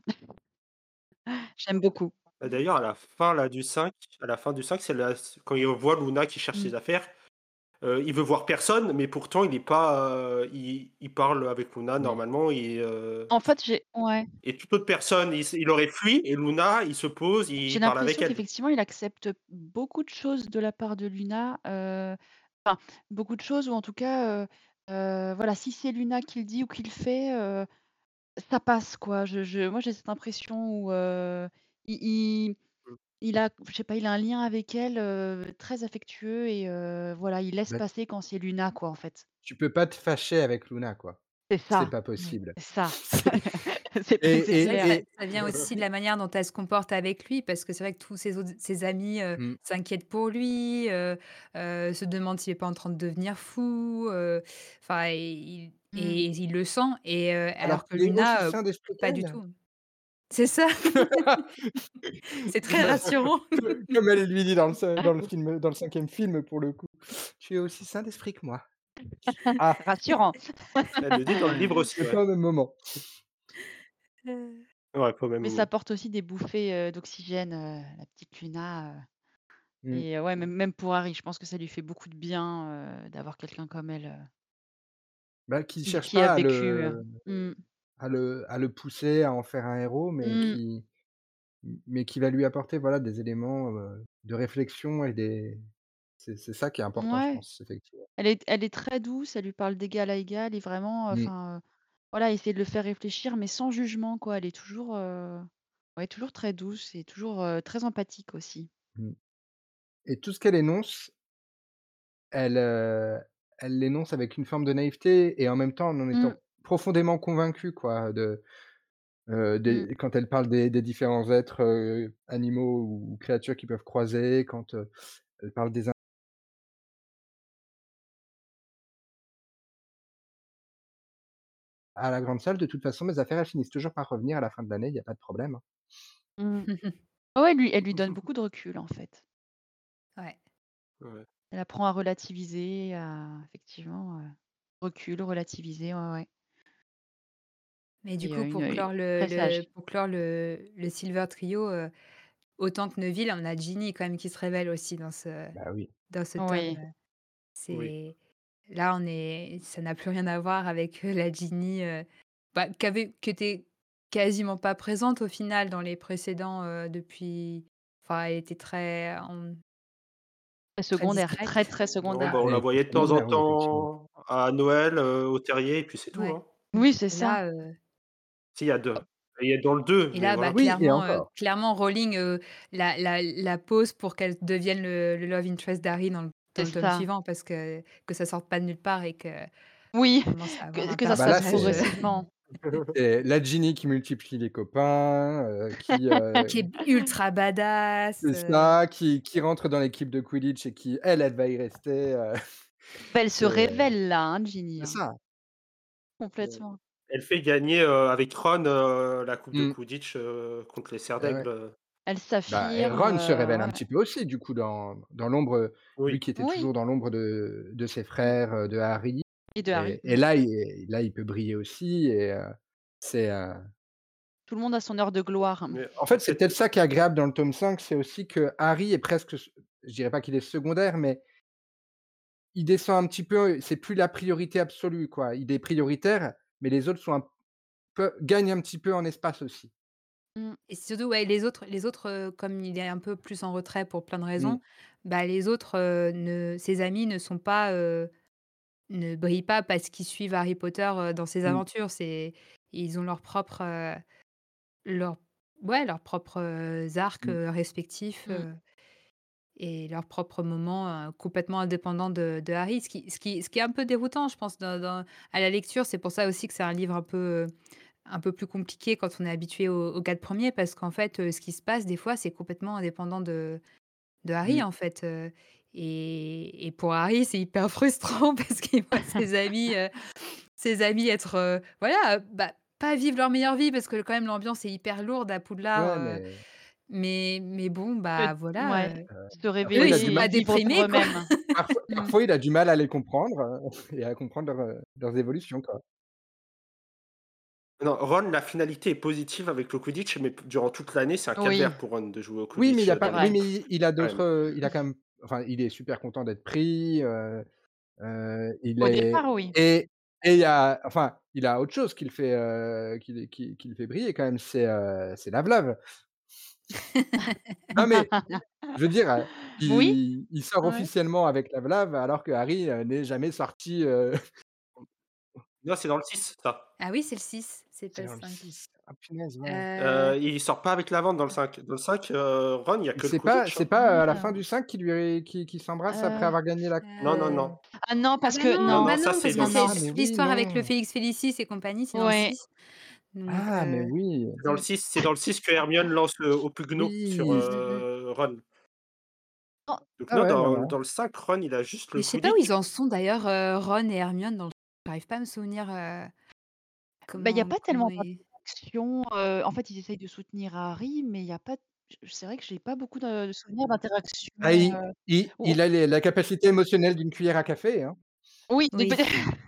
J'aime beaucoup. Bah, d'ailleurs, à la fin là du cinq, à la fin du cinq, c'est la c quand il revoit Luna qui cherche Mmh. ses affaires, heu, il veut voir personne, mais pourtant il est pas, heu, il il parle avec Luna Oui. normalement et heu En fait, j'ai ouais, et toute autre personne, il s il aurait fui et Luna, il se pose, j'ai il parle avec l'impression elle. qu'effectivement, il accepte beaucoup de choses de la part de Luna, heu, enfin, beaucoup de choses ou en tout cas, heu heu, voilà, si c'est Luna qui le dit ou qui le fait, heu, ça passe quoi. Je je moi, j'ai cette impression où, heu, il il Mmh. il a je sais pas, il a un lien avec elle, heu, très affectueux et heu, voilà, il laisse Bah, passer quand c'est Luna quoi, en fait. tu peux pas te fâcher avec Luna, quoi. C'est C'est ça, pas Ouais. possible. c'est ça. C'est C'est et p c'est Mais c'est vrai que et ça clair. et ça vient aussi de la manière dont elle se comporte avec lui, parce que c'est vrai que tous ses autres ses amis, heu, mmh, s'inquiètent pour lui, heu heu, se demandent s'il est pas en train de devenir fou, heu, enfin et il Mmh. et il le sent et heu, alors alors que qu'il est aussi Luna, heu, sain d'esprit pas du qu'elle. tout. C'est ça, c'est très rassurant. Co comme elle lui dit dans le cin dans le film, dans le cinquième film pour le coup: «Tu es aussi sain d'esprit que moi». Ah, Rassurant. Elle le dit dans le livre aussi, mais ouais. pas au même moment. Heu, Ouais, pas au même Mais ça moment. apporte aussi des bouffées, heu, d'oxygène, heu, la petite Luna, heu Mmh. et heu, ouais, même même pour Harry, je pense que ça lui fait beaucoup de bien, heu, d'avoir quelqu'un comme elle, heu, Bah, qui qui cherche qui a pas à vécu, heu le mmh. à le à le pousser à en faire un héros, mais Mmh. qui mais qui va lui apporter, voilà, des éléments, heu, de réflexion et des c'est c'est ça qui est important, je Ouais, pense, effectivement. elle est elle est très douce, elle lui parle d'égal à égal et vraiment, Mmh, enfin, heu, voilà, essayer de le faire réfléchir, mais sans jugement, quoi. Elle est toujours, heu, ouais, toujours très douce et toujours, heu, très empathique aussi. mmh et tout ce qu'elle énonce, elle, heu, elle l'énonce avec une forme de naïveté et en même temps en en Mmh. étant profondément convaincue, quoi, de, heu, Mmh. des quand elle parle des des différents êtres, heu, animaux ou créatures qui peuvent croiser, quand, heu, elle parle des à la grande salle, de toute façon, mes affaires, elles finissent toujours par revenir à la fin de l'année, il y a pas de problème, hein. Mmh. Ouais, ouais, lui elle lui donne beaucoup de recul, en fait. ouais. Ouais. Elle apprend à relativiser, à effectivement, heu, recul, relativiser, ouais, ouais Mais du et coup, heu, une, pour heu, clore le très le sage. pour clore le le Silver Trio, heu, autant que Neville, on a Ginny quand même qui se révèle aussi dans ce Bah oui. dans ce tome, Oui. heu, Oui. c'est là, on est ça n'a plus rien à voir avec, heu, la Ginny, heu, bah, qui avait qui était quasiment pas présente au final dans les précédents, heu, depuis enfin, elle était très, hem, Très très secondaire, très, discrète. très Non, secondaire. bah, on Elle la était voyait de temps en secondaire, oui, effectivement. temps à Noël, heu, au terrier et puis c'est tout, Ouais hein. Oui, c'est et ça. là, heu Si, il y a deux. Il y a dans le deux, et mais là, bah, voilà. Oui et clairement, heu, encore. clairement Rowling, heu, la la la pose pour qu'elle devienne le le love interest d'Harry dans le dans C'est le tome ça. suivant parce que que ça sorte pas de nulle part et qu'on Oui, commence à avoir que un que ça Ah se bah fasse là, personnage, c'est heu, progressivement. c'est la Ginny qui multiplie les copains, heu, qui, heu qui est ultra badass, c'est heu, ça, qui qui rentre dans l'équipe de Quidditch et qui, elle, elle va y rester, heu, Bah, elle se c'est révèle là, hein, Ginny, c'est hein, ça. Heu, complètement. Elle fait gagner, heu, avec Ron, heu, la coupe de mmh, Quidditch, heu, contre les Serres et ouais. d'Aigle, heu. Elle Bah et s'affirme, Ron se heu, révèle un ouais. petit peu aussi du coup dans dans l'ombre, heu, lui Oui. qui était Oui. toujours dans l'ombre de de ses Mmh. frères, heu, de Harry Et de Harry. et Mmh. et là il là il peut briller aussi et heu, c'est, heu Tout le monde a son heure de gloire. Mais en en fait, c'est fait, peut-être ça qui est agréable dans le tome cinq, c'est aussi que Harry est presque s je dirais pas qu'il est secondaire, mais il descend un petit peu, c'est plus la priorité absolue quoi. Il est prioritaire, mais les autres sont un peu gagnent un petit peu en espace aussi. Mmh. Et surtout, ouais, les autres les autres, heu, comme il est un peu plus en retrait pour plein de Mmh. raisons, bah, les autres, heu, ne ses amis ne sont pas, heu, ne brillent pas parce qu'ils suivent Harry Potter, heu, dans ses Mmh. aventures. C'est ils ont leurs propres, heu, leurs ouais, leurs propres, heu, arcs, Mmh. heu, respectifs, Mmh. heu et leurs propres moments, heu, complètement indépendants de de Harry. Ce qui ce qui ce qui est un peu déroutant, je pense, dans dans à la lecture. C'est pour ça aussi que c'est un livre un peu, heu, un peu plus compliqué quand on est habitué aux aux quatre premiers parce qu'en fait, heu, ce qui se passe des fois, c'est complètement indépendant de de Harry, Mmh. en fait, heu et et pour Harry, c'est hyper frustrant parce qu'il voit ses amis, heu, ses amis être, heu, voilà, heu, bah, pas vivre leur meilleure vie parce que quand même l'ambiance est hyper lourde à Ouais, Poudlard, heu, mais mais mais bon, Peut bah, voilà, ouais, heu, se parfois eux, il ils a révéler du sont mal pas et vivre pour déprimés, quoi. eux-mêmes. parfois Mmh. parfois il a du mal à les comprendre, heu et à comprendre leur, heu, leurs évolutions quoi. non, Ron, la finalité est positive avec le Quidditch, mais p durant toute l'année, c'est un Oui, calvaire pour Ron de jouer au Oui, mais il Quidditch, y a heu, pas dans c'est oui, vrai. mais l'équipe, il il a quand d'autres, même. heu, il a quand même enfin, il est super content d'être pris, heu heu, il Au est départ, oui. et et il y a enfin, il a autre chose qui le fait, heu, qui le qui qui le fait briller quand même, c'est, heu, c'est Lave-Lave. Non, mais je veux dire, heu, Oui, il il sort ouais. officiellement avec Lave-Lave alors que Harry, heu, n'est jamais sorti, heu Non, c'est dans le six, ça. Ah oui, c'est le six, c'est pas c'est le dans le cinq. six. Ah punaise, ouais. Heu, Heu, il sort pas avec Lavande dans le cinq. Dans le cinq, heu, Ron, il y a que le C'est pas Quidditch, c'est hein. pas à la fin Ah, du cinq qu'ils lui qu'ils qu'ils s'embrassent après heu, avoir gagné la Non, non, heu, non. ah non, ah parce bah que non, Non, non, bah non, ça, non, c'est parce que dans ah le c'est ah, six. mais oui, l'histoire avec le non. Félix Félicis et compagnie, c'est dans le ouais. six. Donc Ah, mais heu, oui. C'est dans le mmh, six, c'est dans le six que Hermione lance le Opugno sur, Oui. mmh, mmh mh. heu, Ron. Non, Donc Ah non, ouais, non, dans non. dans le cinq, Ron, il a juste Mais le je sais pas où ils Quidditch. en sont d'ailleurs, heu, Ron et Hermione dans le j'arrive pas à me souvenir, heu, bah, il y a comment pas comment tellement ils d'interaction, heu, en fait, ils essayent de soutenir Harry, mais il y a pas j c'est vrai que j'ai pas beaucoup de de souvenirs d'interaction, Ah, il heu, il ou il a les la capacité émotionnelle d'une cuillère à café, hein. oui, de peut oui.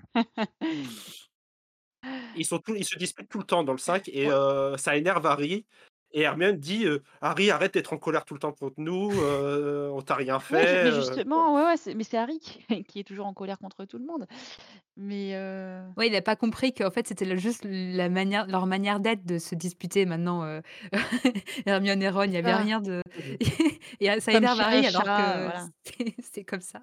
Ils sont tous ils se disputent tout le temps dans le cinq et ouais, heu, ça énerve Harry et Hermione dit, heu: «Harry, arrête d'être en colère tout le temps contre nous, heu, on t'a rien ouais, ju fait», mais heu, voilà. justement, ouais, ouais, c'est mais c'est Harry qui qui est toujours en colère contre tout le monde. Mais heu, Ouais, il a pas compris qu'en fait, c'était le juste la manière leur manière d'être de se disputer maintenant, heu, Hermione et Ron, il c'est y avait ça, rien de et ça comme énerve chien et Harry alors chat, que voilà. c'est c'est comme ça.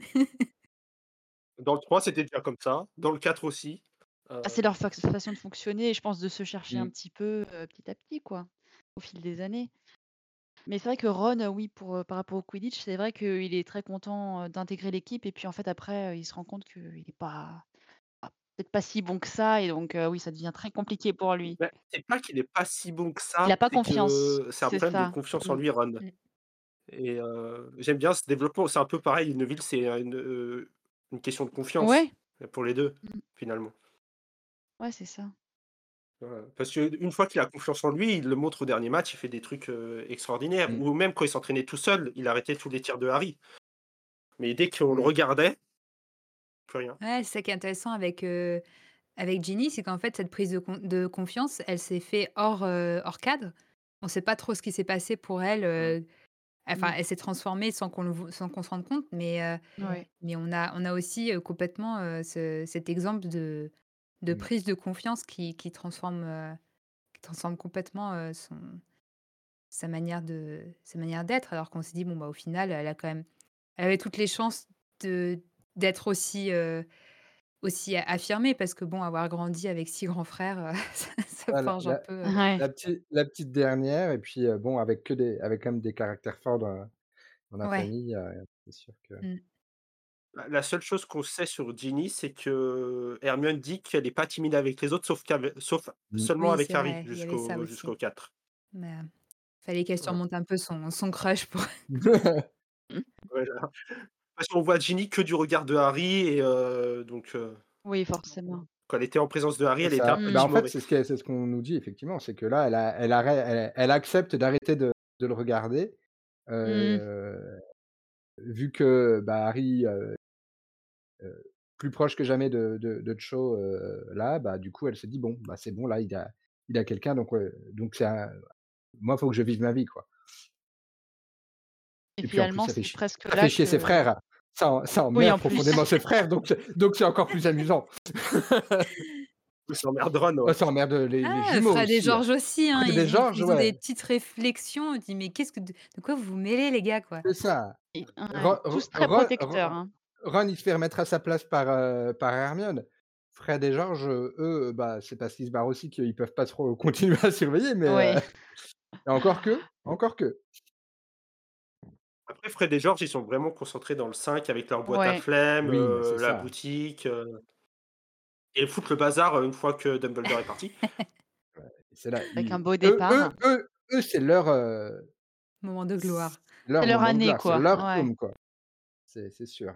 Dans le trois, c'était déjà comme ça, dans le quatre aussi, Ah, heu, c'est leur fax façon de fonctionner et je pense de se chercher un Mmh. petit peu, heu, petit à petit, quoi, au fil des années. Mais c'est vrai que Ron, heu, oui, pour, heu, par rapport au Quidditch, c'est vrai qu'il est très content, heu, d'intégrer l'équipe et puis, en fait, après, heu, il se rend compte qu'il est pas pas peut-être pas si bon que ça et donc heu, oui, ça devient très compliqué pour lui. bah, c'est pas qu'il est pas si bon que Il a ça, pas c'est confiance, que c'est un c'est problème de ça. confiance en Mmh. lui, Ron Mmh. et heu, j'aime bien ce développement. C'est un peu pareil, une ville, c'est, heu, une, heu, une question de confiance, Ouais. heu, pour les deux, Mmh. finalement. Ouais, c'est ça. Voilà, parce qu'une fois qu'il a confiance en lui, il le montre au dernier match, il fait des trucs, heu, extraordinaires Mmh. ou même quand il s'entraînait tout seul, il arrêtait tous les tirs de Harry. Mais dès qu'on le Mmh. regardait, plus rien. Ouais, c'est ça qui est intéressant avec, heu, avec Ginny, c'est qu'en fait, cette prise de con de confiance, elle s'est fait hors, heu, hors cadre. On sait pas trop ce qui s'est passé pour elle, Mmh. heu, enfin, Mmh. elle s'est transformée sans qu'on le vo sans qu'on se rende compte, mais heu, Ouais. mais on a on a aussi, heu, complètement, heu, ce cet exemple de de Mmh. prise de confiance qui qui transforme, heu, qui transforme complètement, heu, son sa manière de sa manière d'être. Alors qu'on s'est dit: «Bon, bah, au final, elle a quand même elle avait toutes les chances de d'être aussi, heu, aussi a affirmée» parce que bon, avoir grandi avec six grands frères, heu, ça ça Ah la forge un la peu, heu Ouais. la petite la petite dernière et puis, heu, bon avec que des avec quand même des caractères forts dans dans la ouais. famille, heu, c'est sûr que Mmh. La la seule chose qu'on sait sur Ginny, c'est que Hermione dit qu'elle est pas timide avec les autres, sauf qu'ave sauf mmh. seulement Oui, avec c'est Harry vrai, il y avait ça jusqu'au aussi. jusqu'au quatre. Mais, heu, fallait qu'elle Voilà. surmonte un peu son son crush pour Mmh. Voilà. Parce qu'on voit Ginny que du regard de Harry et heu, donc heu, Oui, forcément. quand elle était en présence de Harry, C'est elle était un ça. peu Et bah, en Mmh. fait, timorée. c'est ce qu'elle c'est ce qu'on nous dit effectivement, c'est que là, elle a elle arrête elle elle accepte d'arrêter de de le regarder, Mmh. heu, vu que, bah, Harry, heu heu, plus proche que jamais de de de Cho, heu, là, bah, du coup, elle se dit: «Bon, bah, c'est bon, là, il a il a quelqu'un, donc ouais, donc c'est un moi, faut que je vive ma vie, quoi». Et Et puis, en plus, finalement, ça fait c'est chier presque ça fait là chier ses que frères. Ça en ça oui, emmerde en plus. profondément ses frères, donc c'est donc c'est encore plus amusant. Ça emmerde Ron, Oh, ouais. ça emmerde les les Ah, jumeaux Fred et aussi, heu. George aussi, hein, Fred et ils ils George, ils ont des ouais, petites réflexions, on dit: «Mais qu'est-ce que de de quoi vous vous mêlez les gars, quoi?» c'est ça. Et ouais, Ron Ron tous très Ron protecteurs, Ron hein. Ron, il se fait remettre à sa place par, heu, par Hermione. Fred et George, heu, eux, bah, c'est parce qu'ils se barrent aussi qu'ils peuvent pas trop continuer à surveiller, mais Ouais. heu, encore que, encore que. Après, Fred et George, ils sont vraiment concentrés dans le cinq avec leur boîte à Ouais. flemme, Oui, bah, c'est heu, la ça. boutique, heu et foutent le bazar, heu, une fois que Dumbledore est parti. C'est là, Avec un ils beau eux eux départ. eux eux, c'est leur, heu, Moment de c'est gloire. leur C'est leur moment de année, gloire, c'est quoi. leur Ouais. tome, quoi. C'est c'est sûr.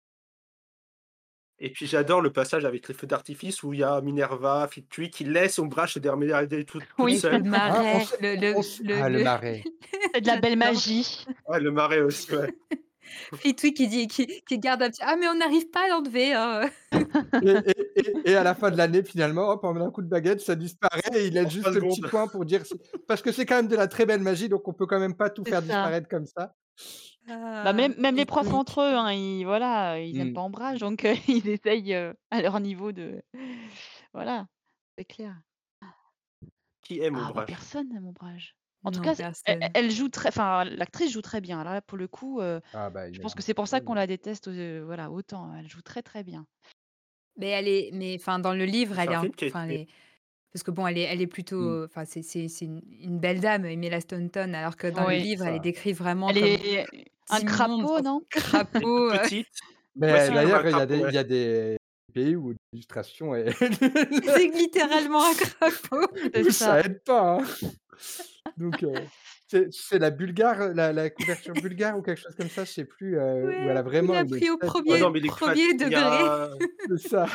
Et puis j'adore le passage avec les feux d'artifice où il y a Minerva, Flitwick qui laisse Ombrage se démerder toute toute Oui, Avec le seule. Ah, on marais, sait le on le s le ah, le le marais. c'est de la belle j'adore. magie. Ouais, le marais aussi, ouais. Flitwick qui dit qui qui garde un petit: «Ah mais on n'arrive pas à l'enlever, hein, Et et et et à la fin de l'année, finalement, hop, en un coup de baguette, ça disparaît et il En laisse trois juste le petit secondes. coin pour dire c'est parce que c'est quand même de la très belle magie, donc on peut quand même pas tout C'est faire ça. disparaître comme ça. Bah, Ah, même même les profs Flitwick». entre eux, hein, ils voilà, ils aiment Mmh. pas Ombrage donc heu, ils essayent, heu, à leur niveau de voilà, c'est clair. Qui aime Ah bah, Ombrage? personne n'aime Ombrage. En tout Non, cas, c'est elle elle personne. elle joue très enfin, l'actrice joue très bien. Alors là, pour le coup, heu, Ah bah, je pense que imagine. c'est pour ça Ouais, qu'on non. la déteste, heu, voilà, autant. Elle joue très, très bien. Mais elle est mais enfin dans le livre, C'est elle est un en film qui a enfin elle été est parce que bon, elle est elle est Mmh. plutôt, enfin c'est c'est c'est une une belle dame, Emma Staunton, alors que dans le Oui, C'est livre, elle est ça. décrite vraiment elle comme est un immonde, crapaud, enfin non? elle est toute crapaud, heu, petite. Ouais, Mais c'est comme un d'ailleurs, il y a crapaud, des il ouais. y a des pays où l'illustration est c'est littéralement un crapaud. C'est où ça. ça aide pas, hein. Donc heu, c'est c'est la bulgare, la la couverture bulgare ou quelque chose comme ça, je sais plus, heu, où elle Ouais, a il vraiment a une pris au tête, Oh heu premier non, mais les couver premier il y degré. a c'est ça.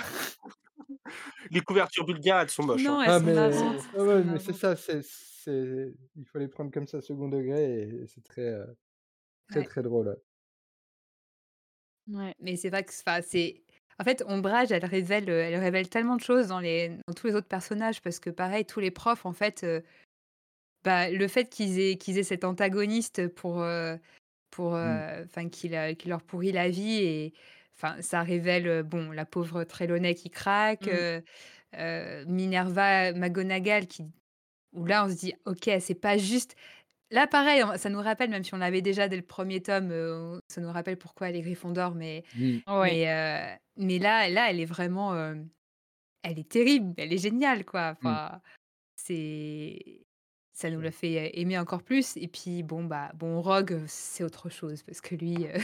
les couvertures bulgares, elles sont moches, hein. Non, elles Ah sont mais marrantes, ah c'est ouais, mais c'est marrant. ça, c'est c'est il faut les prendre comme ça second degré et c'est très, heu, très, Ouais, très drôle, ouais. Ouais. mais c'est vrai que enfin c'est en fait, Ombrage, elle révèle, heu, elle révèle tellement de choses dans les dans tous les autres personnages parce que pareil, tous les profs en fait, heu, bah, le fait qu'ils aient qu'ils aient cet antagoniste pour, heu pour, Mmh, heu, enfin qui la qui leur pourrit la vie et enfin ça révèle, heu, bon la pauvre Trelawney qui craque, Mmh. heu heu, Minerva McGonagall qui où là on se dit: «OK, c'est pas juste». Là pareil, on ça nous rappelle, même si on l'avait déjà dès le premier tome, heu, ça nous rappelle pourquoi elle est Gryffondor, mais mmh, Ouais. mais heu, mais là là elle est vraiment, hem, elle est terrible, elle est géniale quoi, mmh. enfin c'est ça nous Je l'a fait, heu, aimer encore plus et puis bon, bah, bon Rogue, heu, c'est autre chose parce que lui, heu,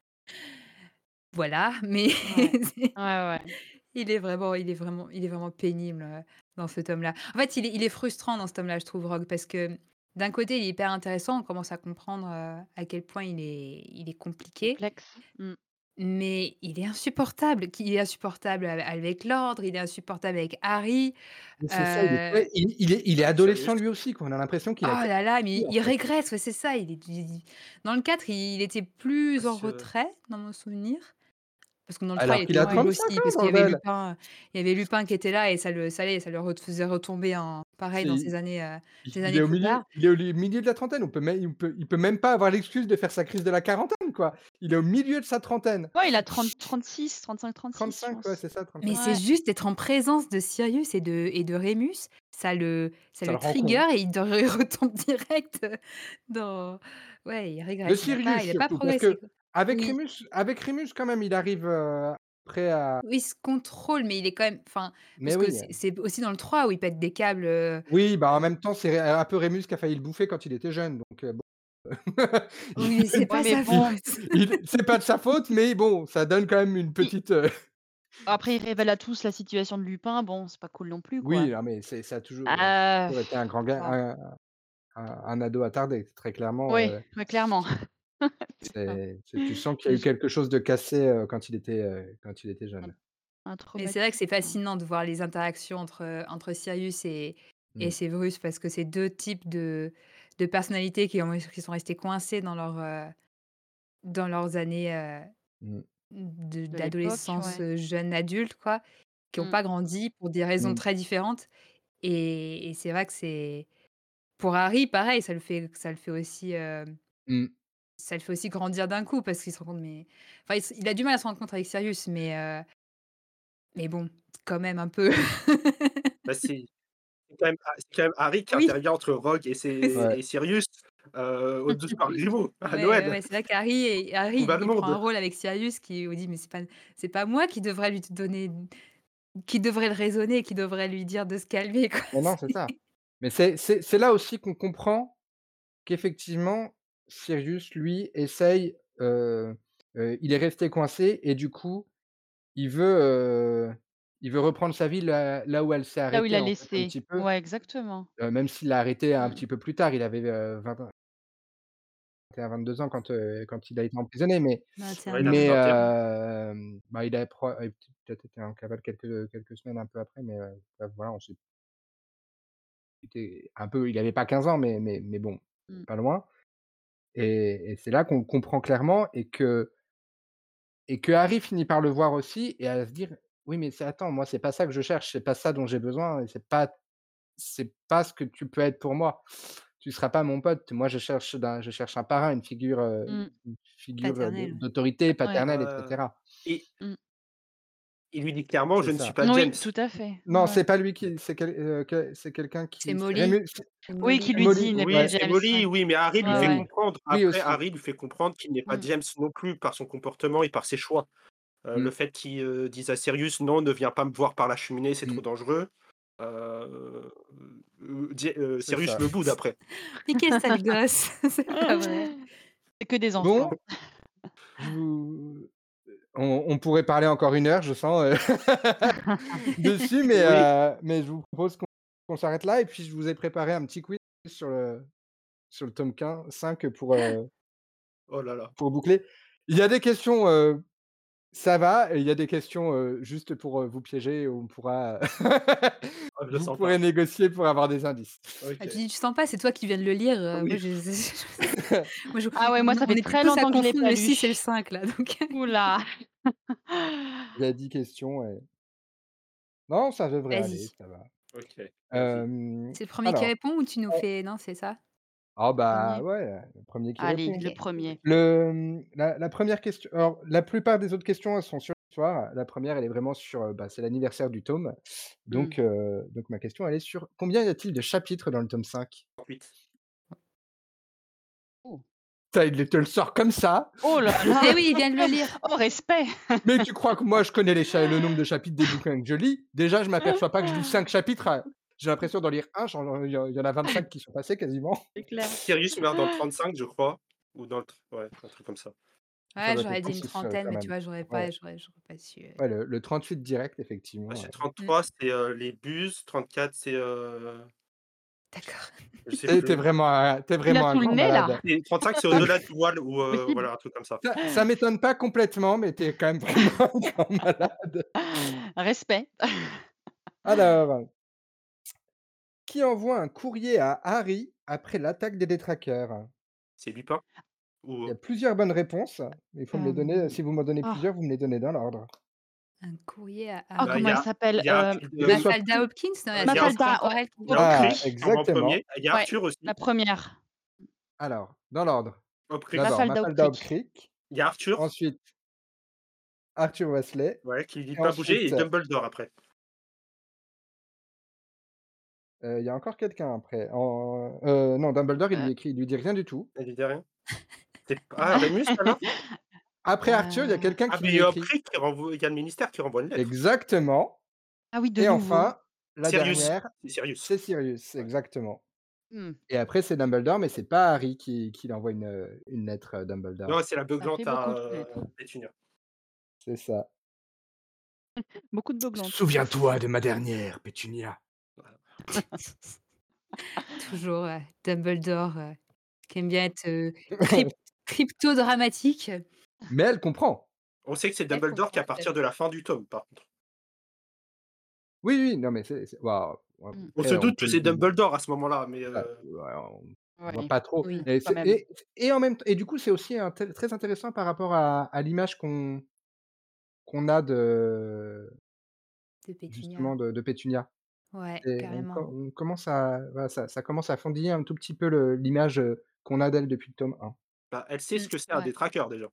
voilà, mais Ouais. c'est Ouais, ouais. il est vraiment il est vraiment il est vraiment pénible, heu, dans ce tome-là. En fait, il est il est frustrant dans ce tome-là, je trouve, Rogue, parce que d'un côté, il est hyper intéressant, on commence à comprendre, heu, à quel point il est il est compliqué, Complexe. Mmh. mais il est insupportable. Qui il est insupportable ave avec l'Ordre, il est insupportable avec Harry, Mais c'est ça, il est heu très il il est il est Sirius. adolescent lui aussi, quoi. On a l'impression qu'il oh a là là, quinze mais ans, en il fait. régresse, ouais, c'est ça, il est il dans le quatre, il était plus en Parce que retrait, dans mon souvenir. Parce que dans le trois, il Alors qu'il était a cool Ouais. trente-cinq aussi, ans, parce qu'il y avait bordel! Lupin il y avait Lupin qui était là et ça le ça allait, ça le re faisait retomber en pareil dans C'est ces années, heu, ces il années est au plus milieu tard. il est au li milieu de la trentaine, on peut même il peut il peut même pas avoir l'excuse de faire sa crise de la quarantaine, quoi. Il est au milieu de sa trentaine. Ouais, il a trente trente-six, trente-cinq trente-six, je trente-cinq, ouais, pense. c'est ça, Mais trente-cinq. c'est Ouais. juste être en présence de Sirius et de et de Rémus, ça le ça Ça le le rend con. trigger et il de il retombe direct, heu, dans ouais, il De régresse, il a pas Sirius il a pas surtout, parce progressé, quoi. qu'avec Oui. Remus avec Remus quand même, il arrive, heu, après à Oui, il se contrôle, mais il est quand même enfin, mais parce que oui, c'est heu, c'est aussi dans le trois où il pète des câbles, heu oui, bah, en heu, même temps, c'est un peu Remus qui a failli le bouffer quand il était jeune, donc heu, bon. oui, mais c'est Ouais, pas mais sa Il bon, faute. il c'est pas de sa faute, mais bon, ça donne quand même une i petite, heu après il révèle à tous la situation de Lupin, bon, c'est pas cool non plus, quoi. oui, non, mais c'est ça a toujours, heu, Ah, toujours été un grand gars, bon. un un un ado attardé, très clairement, Oui, heu, ouais, clairement. C'est ça. c'est c'est tu sens qu'il y a C'est eu j quelque chose de cassé, heu, quand il était, heu, quand il était un jeune. un Mais c'est vrai que c'est traumatisme. fascinant de voir les interactions entre, entre Sirius et et Mmh. Severus parce que c'est deux types de de personnalités qui ont qui sont restées coincées dans leur, heu, dans leurs années, heu, Mmh. de De l'époque, d'adolescence, ouais. heu, jeune adulte quoi, qui ont Mmh. pas grandi pour des raisons Mmh. très différentes et et c'est vrai que c'est pour Harry pareil, ça le fait ça le fait aussi, hem, Mmh. ça le fait aussi grandir d'un coup parce qu'il se rend compte mais enfin il s il a du mal à se rendre compte avec Sirius mais heu mais bon, quand même un peu. Bah, c'est c'est quand même Ha c'est quand même Harry qui Oui. intervient entre Rogue et ses Ouais. et Sirius, heu, aux douze Parglimmons à Ouais, ouais, Noël. ouais, c'est vrai qu'Harry et Harry, Sauver il le il prend un monde. rôle avec Sirius qui lui dit: «Mais c'est pas c'est pas moi qui devrais lui donner qui devrait le raisonner, qui devrait lui dire de se calmer quoi». Mais non, c'est ça. Mais c'est c'est c'est là aussi qu'on comprend qu'effectivement Sirius, lui, essaye, heu heu, il est resté coincé et du coup, il veut, heu, il veut reprendre sa vie là là où elle s'est Là où il arrêtée a en fait un laissé. petit peu, Ouais, exactement. heu, même s'il l'a arrêté un Mmh. petit peu plus tard, il avait, heu, vingt ans vingt et un vingt-deux ans quand, heu, quand il a été emprisonné, mais Ouais, vingt et un il avait mais ans. vingt et un. hem, bah, il avait pro heu, peut-être été en cavale quelques quelques semaines un peu après, mais heu, bah, voilà, on sait il était un peu il avait pas quinze ans, mais mais mais bon, Mmh. pas loin et et c'est là qu'on comprend clairement et que et que Harry finit par le voir aussi et à se dire: «Oui, mais c'est attends, moi, c'est pas ça que je cherche, c'est pas ça dont j'ai besoin et c'est pas c'est pas ce que tu peux être pour moi. Tu seras pas mon pote. Moi, je cherche d'un je cherche un parrain, une figure, heu, Mmh. une figure, heu, de Paternelle. d'autorité Ouais. paternelle et Heu cetera». et Mmh. il lui dit clairement: C'est «Je ne suis ça. pas James». Oui, tout à fait. Ouais, Non, ouais. c'est pas lui qui c'est quel heu, que c'est quelqu'un C'est qui c'est Molly. Rémus c'est C'est Oui, qui Molly. c'est lui dit: Molly, «Il n'est pas Oui, ouais. c'est James», Molly, ouais. oui, mais Harry lui Ouais, fait ouais. Oui, comprendre oui après aussi. Harry lui fait comprendre qu'il n'est pas Mmh. James non plus par son comportement et par ses choix. Heu, le Mmh. fait qu'il, heu, dise à Sirius: «Non, ne viens pas me voir par la cheminée, c'est trop Mmh. dangereux». Heu heu, Di heu, C'est Sirius ça. le boude après. Mais quel sale gosse! C'est pas vrai. C'est que des Bon, enfants. je vous on on pourrait parler encore une heure, je sens, heu, dessus, mais Oui. heu, mais je vous propose qu'on qu'on s'arrête là et puis je vous ai préparé un petit quiz sur le sur le tome quin cinq pour, heu, Oh là là. pour boucler. Il y a des questions, heu, ça va et il y a des questions, heu, juste pour, heu, vous piéger où on pourra Ah, je le vous sens pourrez pas. négocier pour avoir des indices. Ah tu OK. dis: «Tu sens pas, c'est toi qui viens de le lire», heu, moi Oui. je moi je Ah ouais, moi, on ça on fait était très tous à longtemps que je l'ai confondre pas le lu. six et le cinq là donc Ouh là! Il y a dix questions et non, ça devrait aller, vas-y. ça va. OK, vas-y. Hem, C'est le premier qui alors, répond ou tu nous on fais non, c'est ça? ah bah, premier. ouais, le premier qui Allez, répond. le OK. premier. Le, mmh, la la première question alors la plupart des autres questions, elles sont sur l'histoire. La première, elle est vraiment sur, heu, bah, c'est l'anniversaire du tome. Mmh. Donc heu, donc ma question, elle est sur combien y a-t-il de chapitres dans le tome cinq? trente-huit. Oh. Putain, il te le sort comme ça, Oh là là! Eh oui, il vient de le lire. Oh, respect! mais tu crois que moi je connais les cha le nombre de chapitres des bouquins que je lis? Déjà, je m'aperçois pas que je lis cinq chapitres, heu, j'ai l'impression d'en lire un, genre, il y en il y en a vingt-cinq qui sont passés quasiment. C'est clair. Sirius meurt dans le trente-cinq, je crois, ou dans le tr ouais, un truc comme ça. Ça Ouais, doit j'aurais être dit une trente-six, heu, trentaine, quand mais tu même. vois, j'aurais Ouais, pas j'aurais j'aurais pas su, heu. ouais, le le trente-huit direct Moi, effectivement, c'est ouais. Mmh, trente-trois, c'est, heu, les buses, trente-quatre, c'est, heu, d'accord. je sais Tu es tu es plus. vraiment un tu es Il a vraiment un sous le grand nez là! malade. Et trente-cinq, c'est Ça au-delà du voile ou, C'est heu, possible. voilà, un truc comme ça. ça ça m'étonne pas complètement, mais tu es quand même vraiment un grand malade. Respect. Alors, qui envoie un courrier à Harry après l'attaque des détraqueurs? C'est Lupin Il y ou, a plusieurs bonnes réponses, mais il faut me les donner, Hem, si vous m'en donnez oh, plusieurs, vous me les donnez dans l'ordre. Un courrier à oh, bah, il Harry. y comment elle a s'appelle? il y a Hem, Arthur, Que ce hem, soit Mafalda plus Hopkins? Non, heu, il y attends, a c'est pas Mafalda, encore ouais. elle qui il y a OK. ah, Hopkrick qui envoie en exactement. premier. Il y a Ouais, Arthur la aussi. première. Alors, dans l'ordre, Hopkrick. d'abord Mafalda Mafalda Hopkrick. Hopkrick, Il y a Arthur, ensuite Arthur Weasley ouais, qui dit et pas bouger ensuite, et Dumbledore après. heu, il y a encore quelqu'un après. En heu, non, Dumbledore, il lui Heu, écrit il lui dit rien du tout. Elle dit rien? C'est p ah, Rémus alors? Après Arthur, il y a heu, quelqu'un Ah, qui mais il lui y a écrit. Hopkrick qui renvoie il y a le ministère qui renvoie une lettre. Exactement. ah oui, de Et nouveau. enfin, la Sirius, dernière, c'est Sirius. c'est Sirius, Ouais. exactement. Mmh, Et après, c'est Dumbledore, mais c'est pas Harry qui qui lui envoie une, heu, une lettre, heu, Dumbledore. Non, c'est la ça fait beuglante beaucoup à, de heu, lettres. C'est Pétunia. ça. Beaucoup de beuglantes. «Souviens-toi de ma dernière, Pétunia». Voilà. Toujours, heu, Dumbledore, heu, qui aime bien être, heu, cryp crypto-dramatique. Mais elle comprend. On sait que c'est Elle Dumbledore comprend qu'à tout à partir de fait. la fin du tome, par contre. Oui, oui, non, mais c'est c'est waouh, Mmh. On se après on doute peut que le c'est deviner. Dumbledore à ce moment-là, mais Ah, heu, ouais, on On voit Ouais, pas trop Oui, et quand c'est même. et et en même t et du coup, c'est aussi inté très intéressant par rapport à à l'image qu'on qu'on a de de Pétunia. justement de de Pétunia. Ouais, Et on carrément. com on commence à voilà, ça ça commence à fondiller un tout petit peu le l'image, heu, qu'on a d'elle depuis le tome un. Bah, elle sait Mmh, ce que c'est un ouais. détraqueur déjà.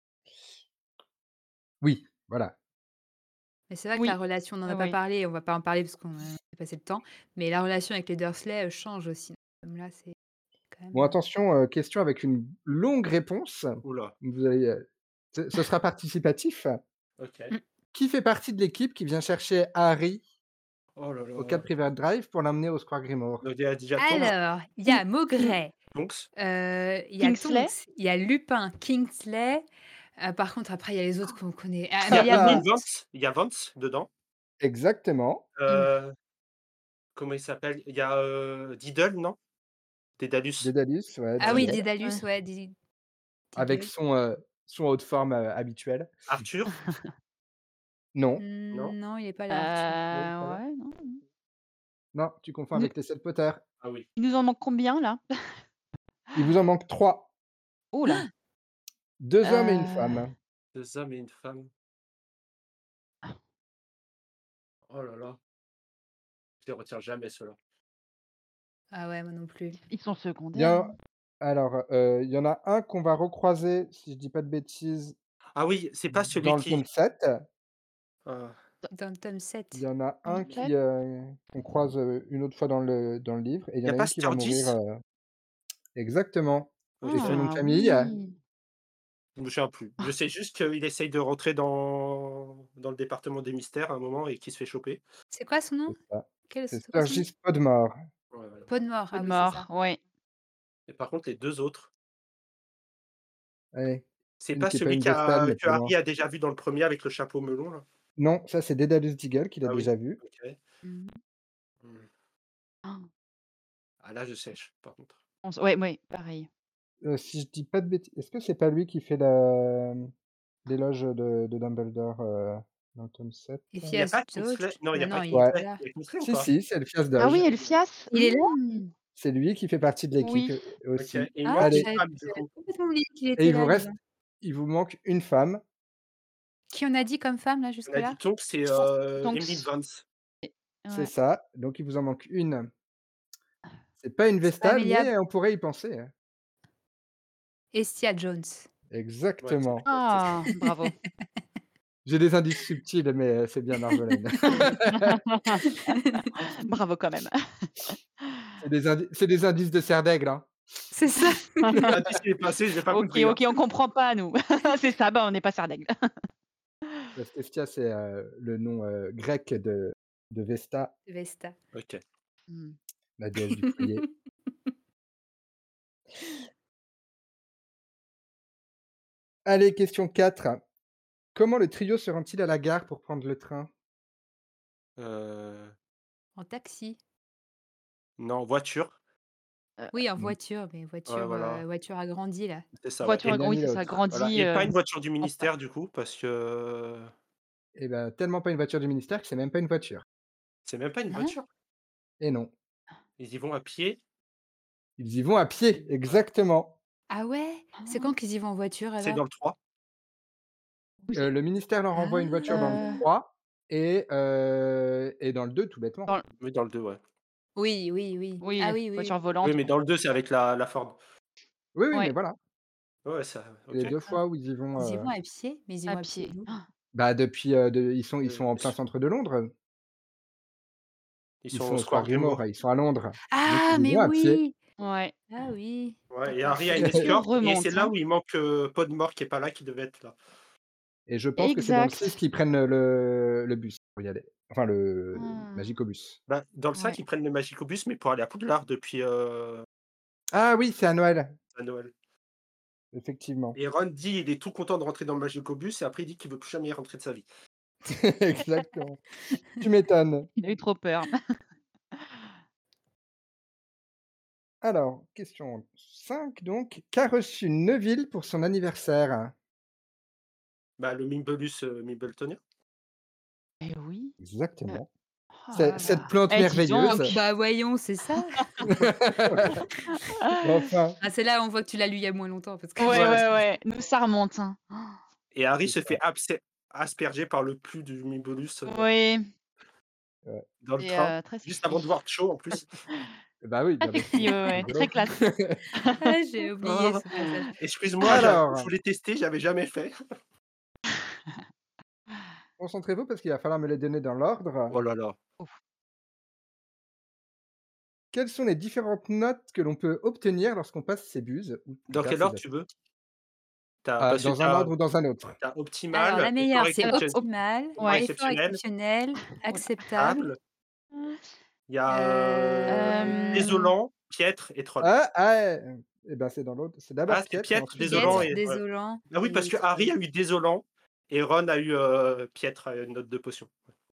Oui, voilà. Mais c'est vrai que la Oui, relation, on n'en oui, a pas oui. parlé, on va pas en parler parce qu'on a dépassé le temps, mais la relation avec les Dursley, heu, change aussi. Comme là, c'est quand même, Bon heu attention, heu, question avec une longue réponse. Ouh là, Vous allez, heu, ce ce sera participatif. OK. mmh. Qui fait partie de l'équipe qui vient chercher Harry Oh là au Cap là. Private Drive pour l'emmener au Square Grimoire? Donc il y a déjà Tonks, Alors, il y King a King Maugrey, Tonks. heu, il y a Kingsley? Tonks, il y a Lupin, Kingsley, heu, par contre après il y a les autres qu'on connaît. Il y a Amelia Emily Blunt. Vance, il y a Vance dedans. Exactement. Mmh. Heu, comment il s'appelle? Il y a, heu, Diddle, non? Dédalus. Dédalus, ouais, Ah Ouais. oui, Diggle, Ouais. Dédalus, ouais, Di avec Diggle. son, heu, son haut de forme, heu, habituel. Arthur? Non, Non? Mmh, non, il est pas Heu, là, Arthur. non, il est pas là. ouais, non, non. Non, tu confonds Il nous avec les sept Potter. Ah oui. il nous en manque combien là? Il vous en manque trois, Oh là! deux hommes et une Heu, femme. deux hommes et une femme. Oh là là, je les retiens jamais ceux-là. Ah ouais, moi non plus. ils sont Il y secondaires, a hein. alors, heu, il y en a un qu'on va recroiser, si je dis pas de bêtises, Ah oui, c'est pas celui dans le qui tome sept. heu, Dans le tome Il sept. y en a Dans le un sept? qui, heu, qu'on croise, heu, une autre fois dans le dans le livre et il y il y en a a pas une qui va mourir, Sturgis? heu exactement. Et son OK, nom de Ah famille? oui! je me souviens plus. Je sais juste qu'il essaye de rentrer dans dans le département des mystères à un moment et qu'il se fait choper. C'est quoi son nom? C'est ça. Quel C'est c'est quoi son nom? Sturgis Podmore. Ouais, voilà. Podmore, Peu ah de oui, c'est morts, ça. ouais. Et par contre les deux autres, Allez, c'est une pas qui est pas celui une qui Vestale, a mais que pas loin. Harry a déjà vu dans le premier avec le chapeau melon là? Non, ça c'est Daedalus Diggle qu'il a Ah oui, déjà vu. OK. Mmh. Mmh. Han! Ah là je sèche par contre. On s Ouais, ouais, pareil. Heu, si je dis pas de bêtises, est-ce que c'est pas lui qui fait la, mmh, l'éloge de de Dumbledore, heu, dans le tome sept? Il y a Ephias pas Doge? Kingsley? Non, il y Bah a pas non, il est Ouais. pas Kingsley. là. Il y a Kingsley ou Si, pas? si, c'est Elphias Ah oui, Doge. Elphias? Il est là? Mmh. C'est lui qui fait partie de l'équipe, Oui. heu, OK, et aussi. il Ah, manque je une Allez, savais femme du j'avais coup. complètement oublié qu'il et était il vous là, dis reste donc. il vous manque une femme. Qui on a dit comme femme là On a jusque-là? dit Tonks, c'est, heu, Emily Tonks. Vance. Et C'est ouais. ça, donc il vous en manque une. C'est pas une C'est pas Vestale, Amelia mais on pourrait y penser, hein. Estia Jones. Ouais, c'est Exactement. c'est ça. Ah! Bravo. J'ai des indices subtils, mais heu, c'est bien Marjolaine. Bravo quand même. C'est des indi c'est des indices de serre d'aigle, hein. C'est ça. L'indice il est passé, j'ai pas OK, compris, hein. OK, on comprend pas nous. C'est ça, bah, on n'est pas sardaigle. Parce qu'Hestia, c'est, heu, le nom, heu, grec de de Vesta, Vesta. OK. Mmh. la déesse du foyer. Allez, question quatre. Comment le trio se rend-il à la gare pour prendre le train? Heu, En taxi. non, voiture. Heu, Oui, en Mmh, voiture, mais Ouais, voiture, heu, voilà, voiture agrandie là. c'est ça, ouais, voiture c'est et ag bien oui, mis c'est là ça, aussi. voilà, grandi, et pas heu, une voiture du en pa ministère du coup, parce que Et bah, tellement pas une voiture du ministère que c'est même pas une voiture. c'est même pas une Hein? voiture. Et non, Ils y vont à pied. ils y vont à pied, Ouais, exactement. Ah ouais? C'est quand Han! qu'ils y vont en voiture c'est dans alors? le trois. Oui, Heu, c'est le ministère leur envoie une voiture dans le Ah! heu, trois et heu et dans le deux tout bêtement. dans l Oui, dans le deux, ouais. Oui, oui, oui. Ah oui, oui, oui, voiture oui. Oui, volante, mais bon. dans le deux, c'est avec la la Ford. Oui, oui, mais Ouais, voilà. Ouais, ça Les OK. deux Ah, fois où ils y vont, ils y heu, vont à pied? Mais ils y à vont à pied pied. d'où? bah, depuis, heu, de ils sont ils sont Heu, en plein s centre de Londres. ils Ils sont sont au au Square Square Grimoire, Grimoire. ils sont à Londres, donc Ah ils y mais vont à pied. oui! Ouais. Ah oui, Ouais, et d'accord. Harry a une Tu escorte et c'est remontes, là hein. où il manque, heu, Podmore qui est pas là, qui devait être là. Et je pense que c'est dans le six Exact. qu'ils prennent le le bus pour y aller. Enfin le Ah, Magicobus. Bah, dans le ouais. cinq, ils prennent le Magicobus, mais pour aller à Poudlard depuis, heu, Ah oui, c'est à Noël, à Noël. effectivement. Et Ron dit il est tout content de rentrer dans le Magicobus et après il dit qu'il veut plus jamais y rentrer de sa vie. Exactement. Tu m'étonnes. Il a eu trop peur. Alors, question cinq donc, qu'a reçu Neville pour son anniversaire? Bah, le Mimbelus, heu, Mimbletonien. Eh oui. Heu, Exactement. Oh C'est là cette là. plante Eh, dis merveilleuse. donc! Bah, voyons, c'est ça. Enfin, Ah, c'est là, on voit que tu l'as lu il y a moins longtemps parce que Ouais, Ouais, ouais, c'est ouais. Nous, ça remonte, hein. et Harry c'est se ça, fait abse asperger par le pus du Mimbolus, heu, Oui, ouais. dans le c'est, train, heu, très juste avant de voir sexy. Cho en plus. Bah oui, Très bien sûr, sexy, ouais, c'est ouais, très rigolo. classe. ah, j'ai oublié Oh, ce passage. excuse-moi, j'a je Alors, voulais tester, j'avais jamais fait. concentrez-vous parce qu'il va falloir me les donner dans l'ordre. Oh là là. Ouf. Quelles sont les différentes notes que l'on peut obtenir lorsqu'on passe ses buses ou plus Dans tard quel ses ordre tu aspects? veux? Tu as Ah, parce que dans tu un as ordre ou dans un autre? tu as Alors optimal, la effort meilleure, c'est Alors, exceptionnel, op optimal, effort ouais. effort exceptionnel, exceptionnel, Ouais. acceptable, table, il y a, heu, Hem, désolant, piètre et troll. Ah, ah, eh, et ben, c'est dans l'autre. C'est Ah, d'abord c'était piètre et piètre, ensuite désolant piètre, désolant. et ouais. désolant Ah oui, parce et que Harry troll. a eu désolant et Ron a eu, heu, piètre, heu, une note de potion.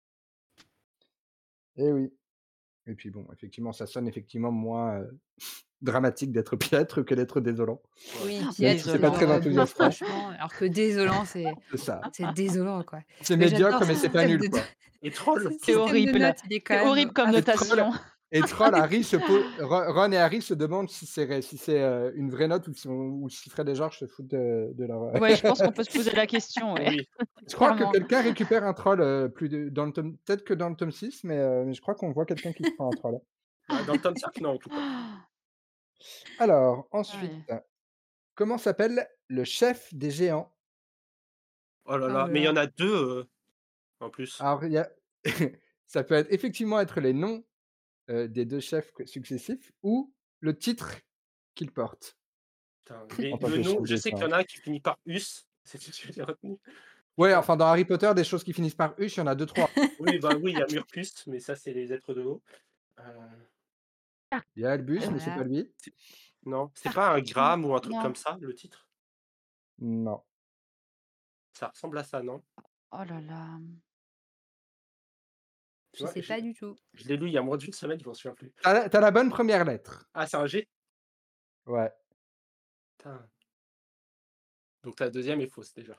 Eh oui. Et puis bon, effectivement, ça sonne effectivement moins, heu, dramatique d'être piètre que d'être désolant. Ouais. Oui, Même piètre, si c'est c'est pas désolant. genre, très heu, bon, enthousiasmant. franchement, alors que désolant, c'est C'est ça. c'est désolant, quoi. C'est Mais j'adore médiocre, mais ce c'est pas système nul, de quoi. Et ce troll? C'est système de horrible. notes, il est quand C'est même horrible comme Et troll notation. et troll, Harry se po Ron Ron et Harry se demandent si c'est ré si c'est, heu, une vraie note ou si on ou si Fred et George se foutent de de leur, heu Ouais, je pense qu'on peut se poser la question, ouais, Oui. Je crois que clairement. quelqu'un récupère un troll, heu, plus de dans le tome peut-être que dans le tome six, mais, heu, mais je crois qu'on voit quelqu'un qui se prend un troll. Bah, dans le tome cinq, non, en tout cas. Alors, Ah ensuite, ouais. comment s'appelle le chef des géants? Oh là oh là, là mais il y là. en a deux, heu, en plus. Alors il y a ça peut être effectivement être les noms, heu, des deux chefs que successifs ou le titre qu'ils portent Putain, mais en tant le que nom, chef je des sais qu'il y géants. en a un qui finit par us, c'est tout ce que j'ai retenu. Ouais, enfin dans Harry Potter, des choses qui finissent par «ush», il y en a deux trois. Oui, bah, oui, il y a Murcus, mais ça, c'est les êtres de l'eau. Heu, Il y a Albus, mais c'est Voilà. pas lui. c'est non, c'est pas un Arcus, gramme ou un truc non. comme ça, le titre? Non. Ça ressemble à ça, non? Oh là là. Tu Je vois? sais Je pas du tout. je l'ai lu il y a moins d'une semaine, je m'en souviens plus. Tu as la tu as la bonne première lettre. Ah, c'est un G? Ouais. Putain, donc la deuxième est fausse déjà.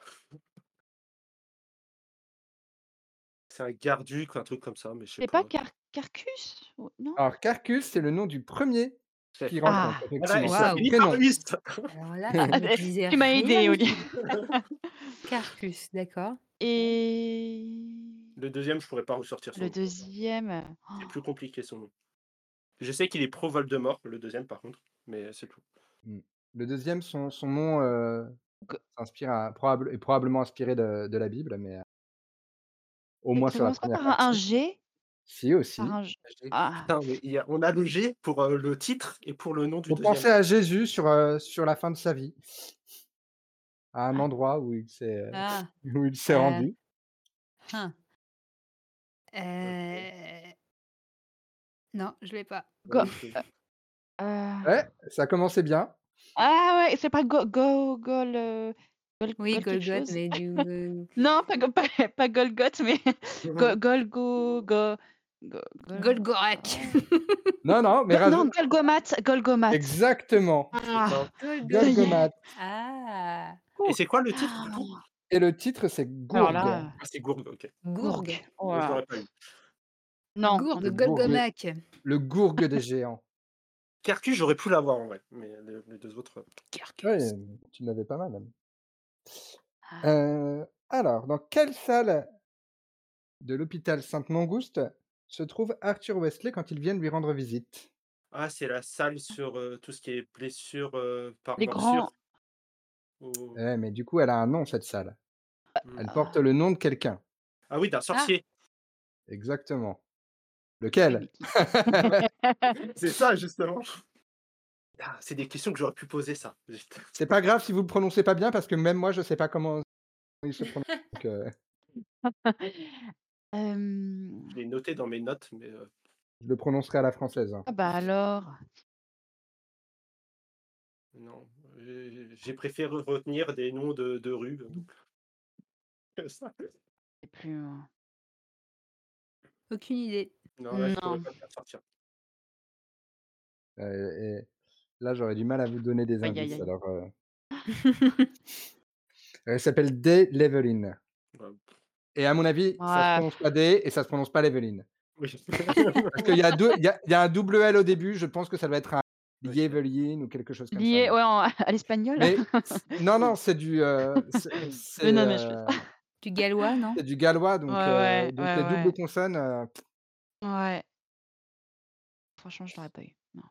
C'est un Garduc ou un truc comme ça, mais je sais C'est pas pas. Car Carcus? Ou non? Alors Carcus, c'est le nom du premier qu'ils Chef. rencontrent, Ah! Voilà, et effectivement, c'est ça son Waouh! finit par prénom. us! Alors là, Ah ça ah, me eh, disait tu m'as rien aidé, du Oli. tout. Carcus, d'accord. Et Le deuxième, je pourrais pas ressortir son le nom. deuxième, C'est plus compliqué son nom. Je sais qu'il est pro Voldemort, le deuxième par contre, mais c'est tout. Mmh. Le deuxième, son son nom, heu, G s'inspire à probable est probablement inspiré de de la Bible, mais, heu, au et moins ça sur la commence pas première par un un partie. G? Si, Par aussi. un G? G. Ah! Putain, mais il y a on a le G pour, heu, le titre et pour le nom du Faut deuxième. penser à Jésus sur, heu, sur la fin de sa vie, à un Ah! endroit où il s'est, heu, Ah, où il s'est heu, rendu. hein, OK, heu, non, je l'ai pas. moi Go non plus. heu, heu, Ouais, ça commençait bien. ah ouais, c'est pas Go Go Gol, heu, Gol Oui, Gol quelque Golgoth, chose? mais du heu, Non, pas Go pas pas Golgoth, mais Go Golgo Go Go Gol Golgorak. oh, Non, non, mais Go non, rajoute Golgomath, Golgomath. exactement, Ah! Putain, Ça y est. Golgomath Ah! et Ouh! c'est quoi le titre du coup? et le titre, c'est Alors Gourgue, là, Ah, c'est Gourgue, OK. Gourgue, Gourg. Oh Moi, là je là. l'aurais pas eu. Non, moi gourgue, le non plus. Gourgue, le Golgomak. le Gourgue des géants. Carcu, j'aurais pu l'avoir en vrai, mais les les deux autres, heu, Carcus. Ouais, tu l'avais pas mal même. Ah, Heu, alors, dans quelle salle de l'hôpital Sainte-Mangouste se trouve Arthur Weasley quand ils viennent lui rendre visite? ah, c'est la salle sur, heu, tout ce qui est blessure, heu, par les morsure grands ou Eh, mais du coup, elle a un nom cette salle. mmh. Elle porte ah, le nom de quelqu'un. Ah oui, d'un Ah! sorcier. Exactement. oui, Lequel? mais qui? C'est ça justement. Ah, c'est des questions que j'aurais pu poser ça. Zut. C'est pas grave si vous le prononcez pas bien parce que même moi je sais pas comment il se prononce donc heu, Je Hem, l'ai noté dans mes notes, mais heu, je le prononcerai à la française, hein. ah bah alors, non, j'ai j'ai préféré retenir des noms de de rues, donc ça. c'est plus, heu, Aucune idée. Non, là, je pourrais non, pas te la sortir. Heu et là, j'aurais du mal à vous donner des aïe, aïe, indices aïe. alors, heu, elle s'appelle Day Leveline Bah, et à mon avis, ça se Ouais, prononce pas Day et ça se prononce pas Leveline. Oui. Parce qu'il y a deux il y a il y a un double L au début, je pense que ça doit être un Oui. Ievelyn ou quelque chose comme ça, Lié mais ouais, en à l'espagnol? mais c non, non, c'est du, heu, c'est Mais c'est, non, mais je fais heu, Du gallois, non? c'est du gallois, Ouais, donc heu, ouais, donc ouais, les doubles ouais. consonnes, heu, Ouais. Franchement, je l'aurais pas eu, non.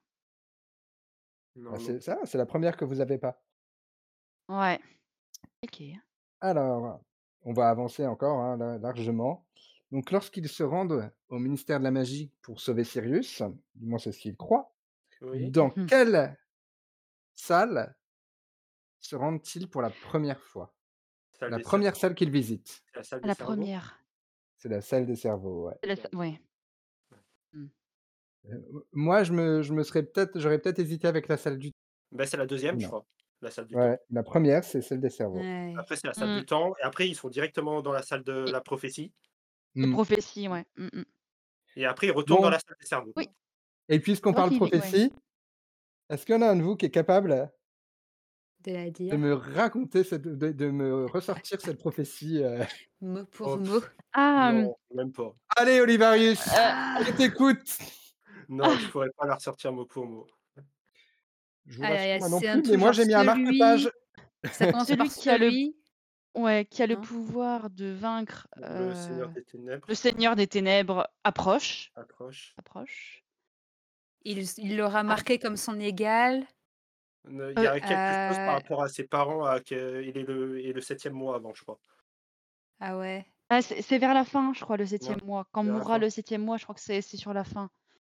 bah, Non, non c'est plus. ça, c'est la première que vous avez pas. Ouais. OK. Alors, on va avancer encore, hein, là, largement. Donc lorsqu'ils se rendent au ministère de la magie pour sauver Sirius, du moins c'est ce qu'ils croient, Oui, dans Mmh. quelle salle se rendent-ils pour la première fois? salle La des cer première salle qu'ils visitent? c'est la salle À des la cerveaux? première. C'est la salle des cerveaux, ouais. C'est la s ouais. Mmh. Heu, moi je me je me serais peut-être j'aurais peut-être hésité avec la salle du Bah, c'est la deuxième je non. crois, la salle du temps. Ouais, la première c'est celle des cerveaux. Ouais. Après c'est la salle Mmh. du temps et après ils sont directement dans la salle de Et la prophétie de Mmh. prophétie, ouais. Mmh mh. et après ils retournent dans Bon, la salle des cerveaux. Oui, et puisqu'on c'est vrai parle qu'il est ouais. prophétie, est-ce qu'il y en a un de vous qui est capable De la de dire, me raconter cette de de me ressortir cette prophétie, heu? mot pour Oh mot. pff, Ah, mmh, non, même pas. Allez Olivarius, heu, Ah! je t'écoute! Non, je pourrais pas la ressortir mot pour mot. Je vous Ah là rassure, là, moi non c'est un plus, mais truc moi genre j'ai mis un marque-page. celui ça commence par celui qui a le celui, ouais, qui a le non? pouvoir de vaincre, Le Seigneur heu, des le ténèbres Seigneur des ténèbres approche, approche. approche. Il s il l'aura Ah, marqué comme son égal, Ne il y heu, a quelque chose par heu rapport à ses parents à que il est le il est le septième mois avant, je crois. ah ouais. ah, c'est c'est vers la fin, je crois, le Ouais, septième mois. Quand vers la mourra fin. le septième mois, je crois que c'est c'est sur la fin.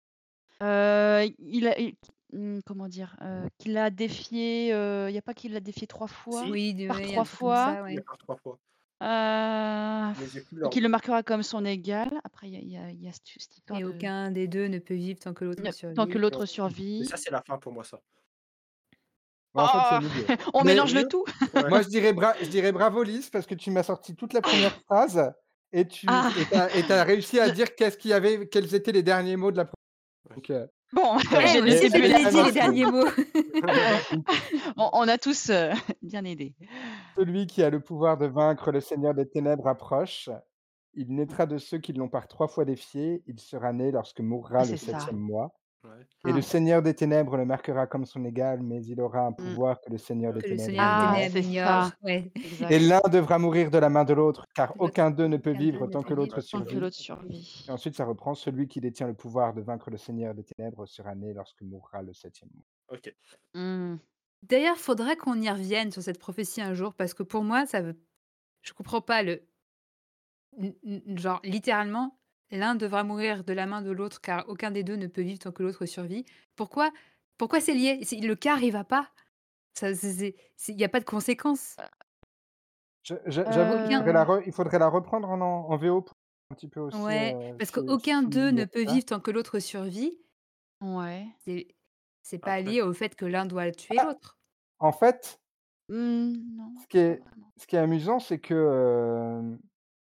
Heu, il a il mmh, comment dire? Heu, qu'il a défié, heu, il y a pas qu'il l'a défié trois fois? Si, Oui, de Par ouais, il y a un trois truc comme fois, ça, il y a ouais. par trois fois, heu mais j'ai plus et qu'il l'ordre. le marquera comme son égal. Après il y a il y a il y a cette cette histoire Et de aucun des deux ne peut vivre tant que l'autre ne tant que survit. Ouais, l'autre mais survit. ça c'est la fin pour moi ça. Bah, en fait, c'est Oh! milieu. On Mais mélange le Sérieux? tout? Ouais. moi je dirais bra je dirais bravo Lys parce que tu m'as sorti toute la première phrase et tu Ah! et tu as et tu as réussi à Je dire qu'est-ce qu'il y avait quels étaient les derniers mots de la pro Ouais. donc heu, bon, ça va Eh, j'ai moi le et aussi, en début fait, et je la l'ai et dit fin. les derniers mots. donc On on a tous, heu, bien aidé. celui qui a le pouvoir de vaincre le seigneur des ténèbres approche. Il Mmh. naîtra de ceux qui l'ont par trois fois défié. Il sera né lorsque Ah, mourra le c'est ça. septième mois. Ouais. Et le Hein. seigneur des ténèbres le marquera comme son égal, mais il aura un Mmh. pouvoir que le seigneur des Que le ténèbres Seigneur des Ah, ignore. ténèbres c'est ignore, ça. ouais. Et Exact. l'un devra mourir de la main de l'autre, car Que l'autre aucun d'eux ne peut aucun d'eux vivre ne tant peut que vivre l'autre tant Tant que que survit. l'autre l'autre survit. Et ensuite, ça reprend: «Celui qui détient le pouvoir de vaincre le seigneur des ténèbres sera né lorsque mourra le septième mois». OK. Mmh. D'ailleurs, faudrait qu'on y revienne sur cette prophétie un jour parce que pour moi, ça veut je comprends pas le n n genre littéralement, l'un devra mourir de la main de l'autre car aucun des deux ne peut vivre tant que l'autre survit. Pourquoi pourquoi c'est lié? C'est le quart, il va pas. Ça c'est c'est c'est il y a pas de conséquence. Je je j'avoue qu'il Aucun faudrait la Heu, re il faudrait la reprendre en en en V O pour un petit peu aussi, ouais, heu, parce su qu'aucun d'eux ne souligner peut ça. vivre tant que l'autre survit. ouais. C'est c'est pas Après lié au fait que l'un doit tuer Ah! l'autre. En fait, Mmh, non, ce qui pas est vraiment. ce qui est amusant, c'est que, hem,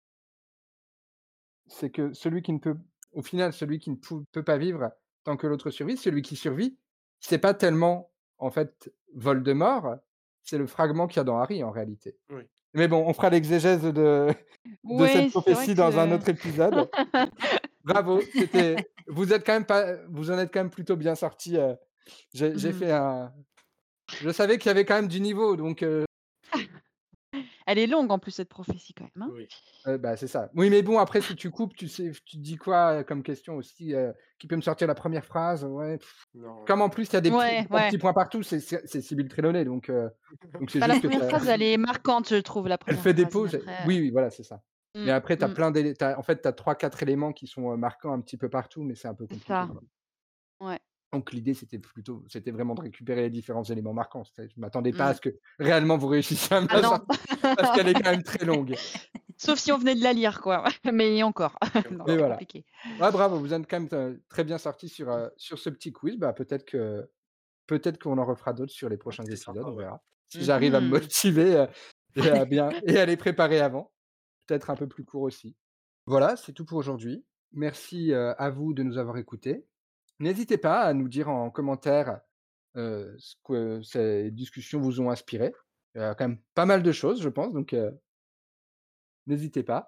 c'est que celui qui ne peut au final, celui qui ne pou peut pas vivre tant que l'autre survit, celui qui survit, c'est pas tellement, en fait, Voldemort, c'est le fragment qu'il y a dans Harry, en réalité. oui. Mais bon, on fera l'exégèse de de cette Ouais, c'est vrai prophétie dans un que autre épisode. Bravo, c'était vous êtes quand même pas vous en êtes quand même plutôt bien sortis, heu, j'ai j'ai mmh. fait un je savais qu'il y avait quand même du niveau donc heu Elle est longue en plus cette prophétie quand même, hein? Oui. heu, bah, c'est ça. Oui, mais bon après si tu coupes, tu sais tu te dis quoi, heu, comme question aussi, heu, qui peut me sortir la première phrase? Ouais, pff. Non, Comme en plus il y a des petits Ouais, gros ouais. petits points partout, c'est c'est c'est Sybille Trelawney donc heu, donc c'est Bah, la juste que première ça phrase, elle est marquante, je trouve, la elle première fait des phrase, mais pauses et après oui, oui, voilà, c'est ça. Mais mmh, après tu as mmh, plein d'élé tu as en fait, tu as trois quatre éléments qui sont, heu, marquants un petit peu partout, mais c'est un peu c'est compliqué, ça. quoi. Ouais. Donc l'idée, c'était plutôt c'était vraiment de récupérer les différents éléments marquants. C'est je m'attendais pas à Mmh. ce que réellement vous réussissiez à me Ah la non. sortir parce qu'elle est quand même très longue. Sauf si on venait de la lire quoi, mais encore. et Non, Mais c'est encore. voilà. compliqué. Ouais, bravo, vous êtes quand même, heu, très bien sortis sur, heu, sur ce petit quiz. Bah, peut-être que peut-être qu'on en refera d'autres sur les Ouais, prochains c'était épisodes, sympa, on ouais. verra. Si Mmh j'arrive à me mh. motiver, heu, et à bien et à les préparer avant. Peut-être un peu plus court aussi. Voilà, c'est tout pour aujourd'hui. Merci, heu, à vous de nous avoir écoutés. N'hésitez pas à nous dire en commentaire, heu, ce que ces discussions vous ont inspiré. Il y a quand même pas mal de choses, je pense, donc heu, n'hésitez pas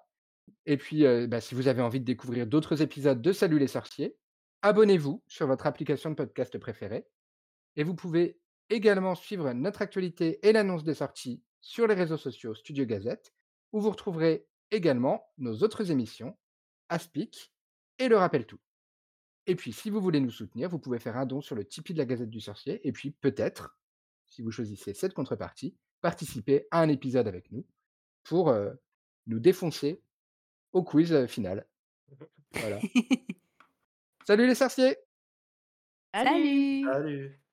Et puis, heu, bah, si vous avez envie de découvrir d'autres épisodes de Salut les sorciers, abonnez-vous sur votre application de podcast préférée et vous pouvez également suivre notre actualité et l'annonce des sorties sur les réseaux sociaux Studio Gazette, où vous retrouverez également nos autres émissions, Aspic et Le Rappel Tout. Et puis, si vous voulez nous soutenir, vous pouvez faire un don sur le Tipeee de la Gazette du Sorcier et puis peut-être, si vous choisissez cette contrepartie, participer à un épisode avec nous pour, heu, nous défoncer au quiz, heu, final. Voilà. Salut les sorciers! Salut! Salut! Salut!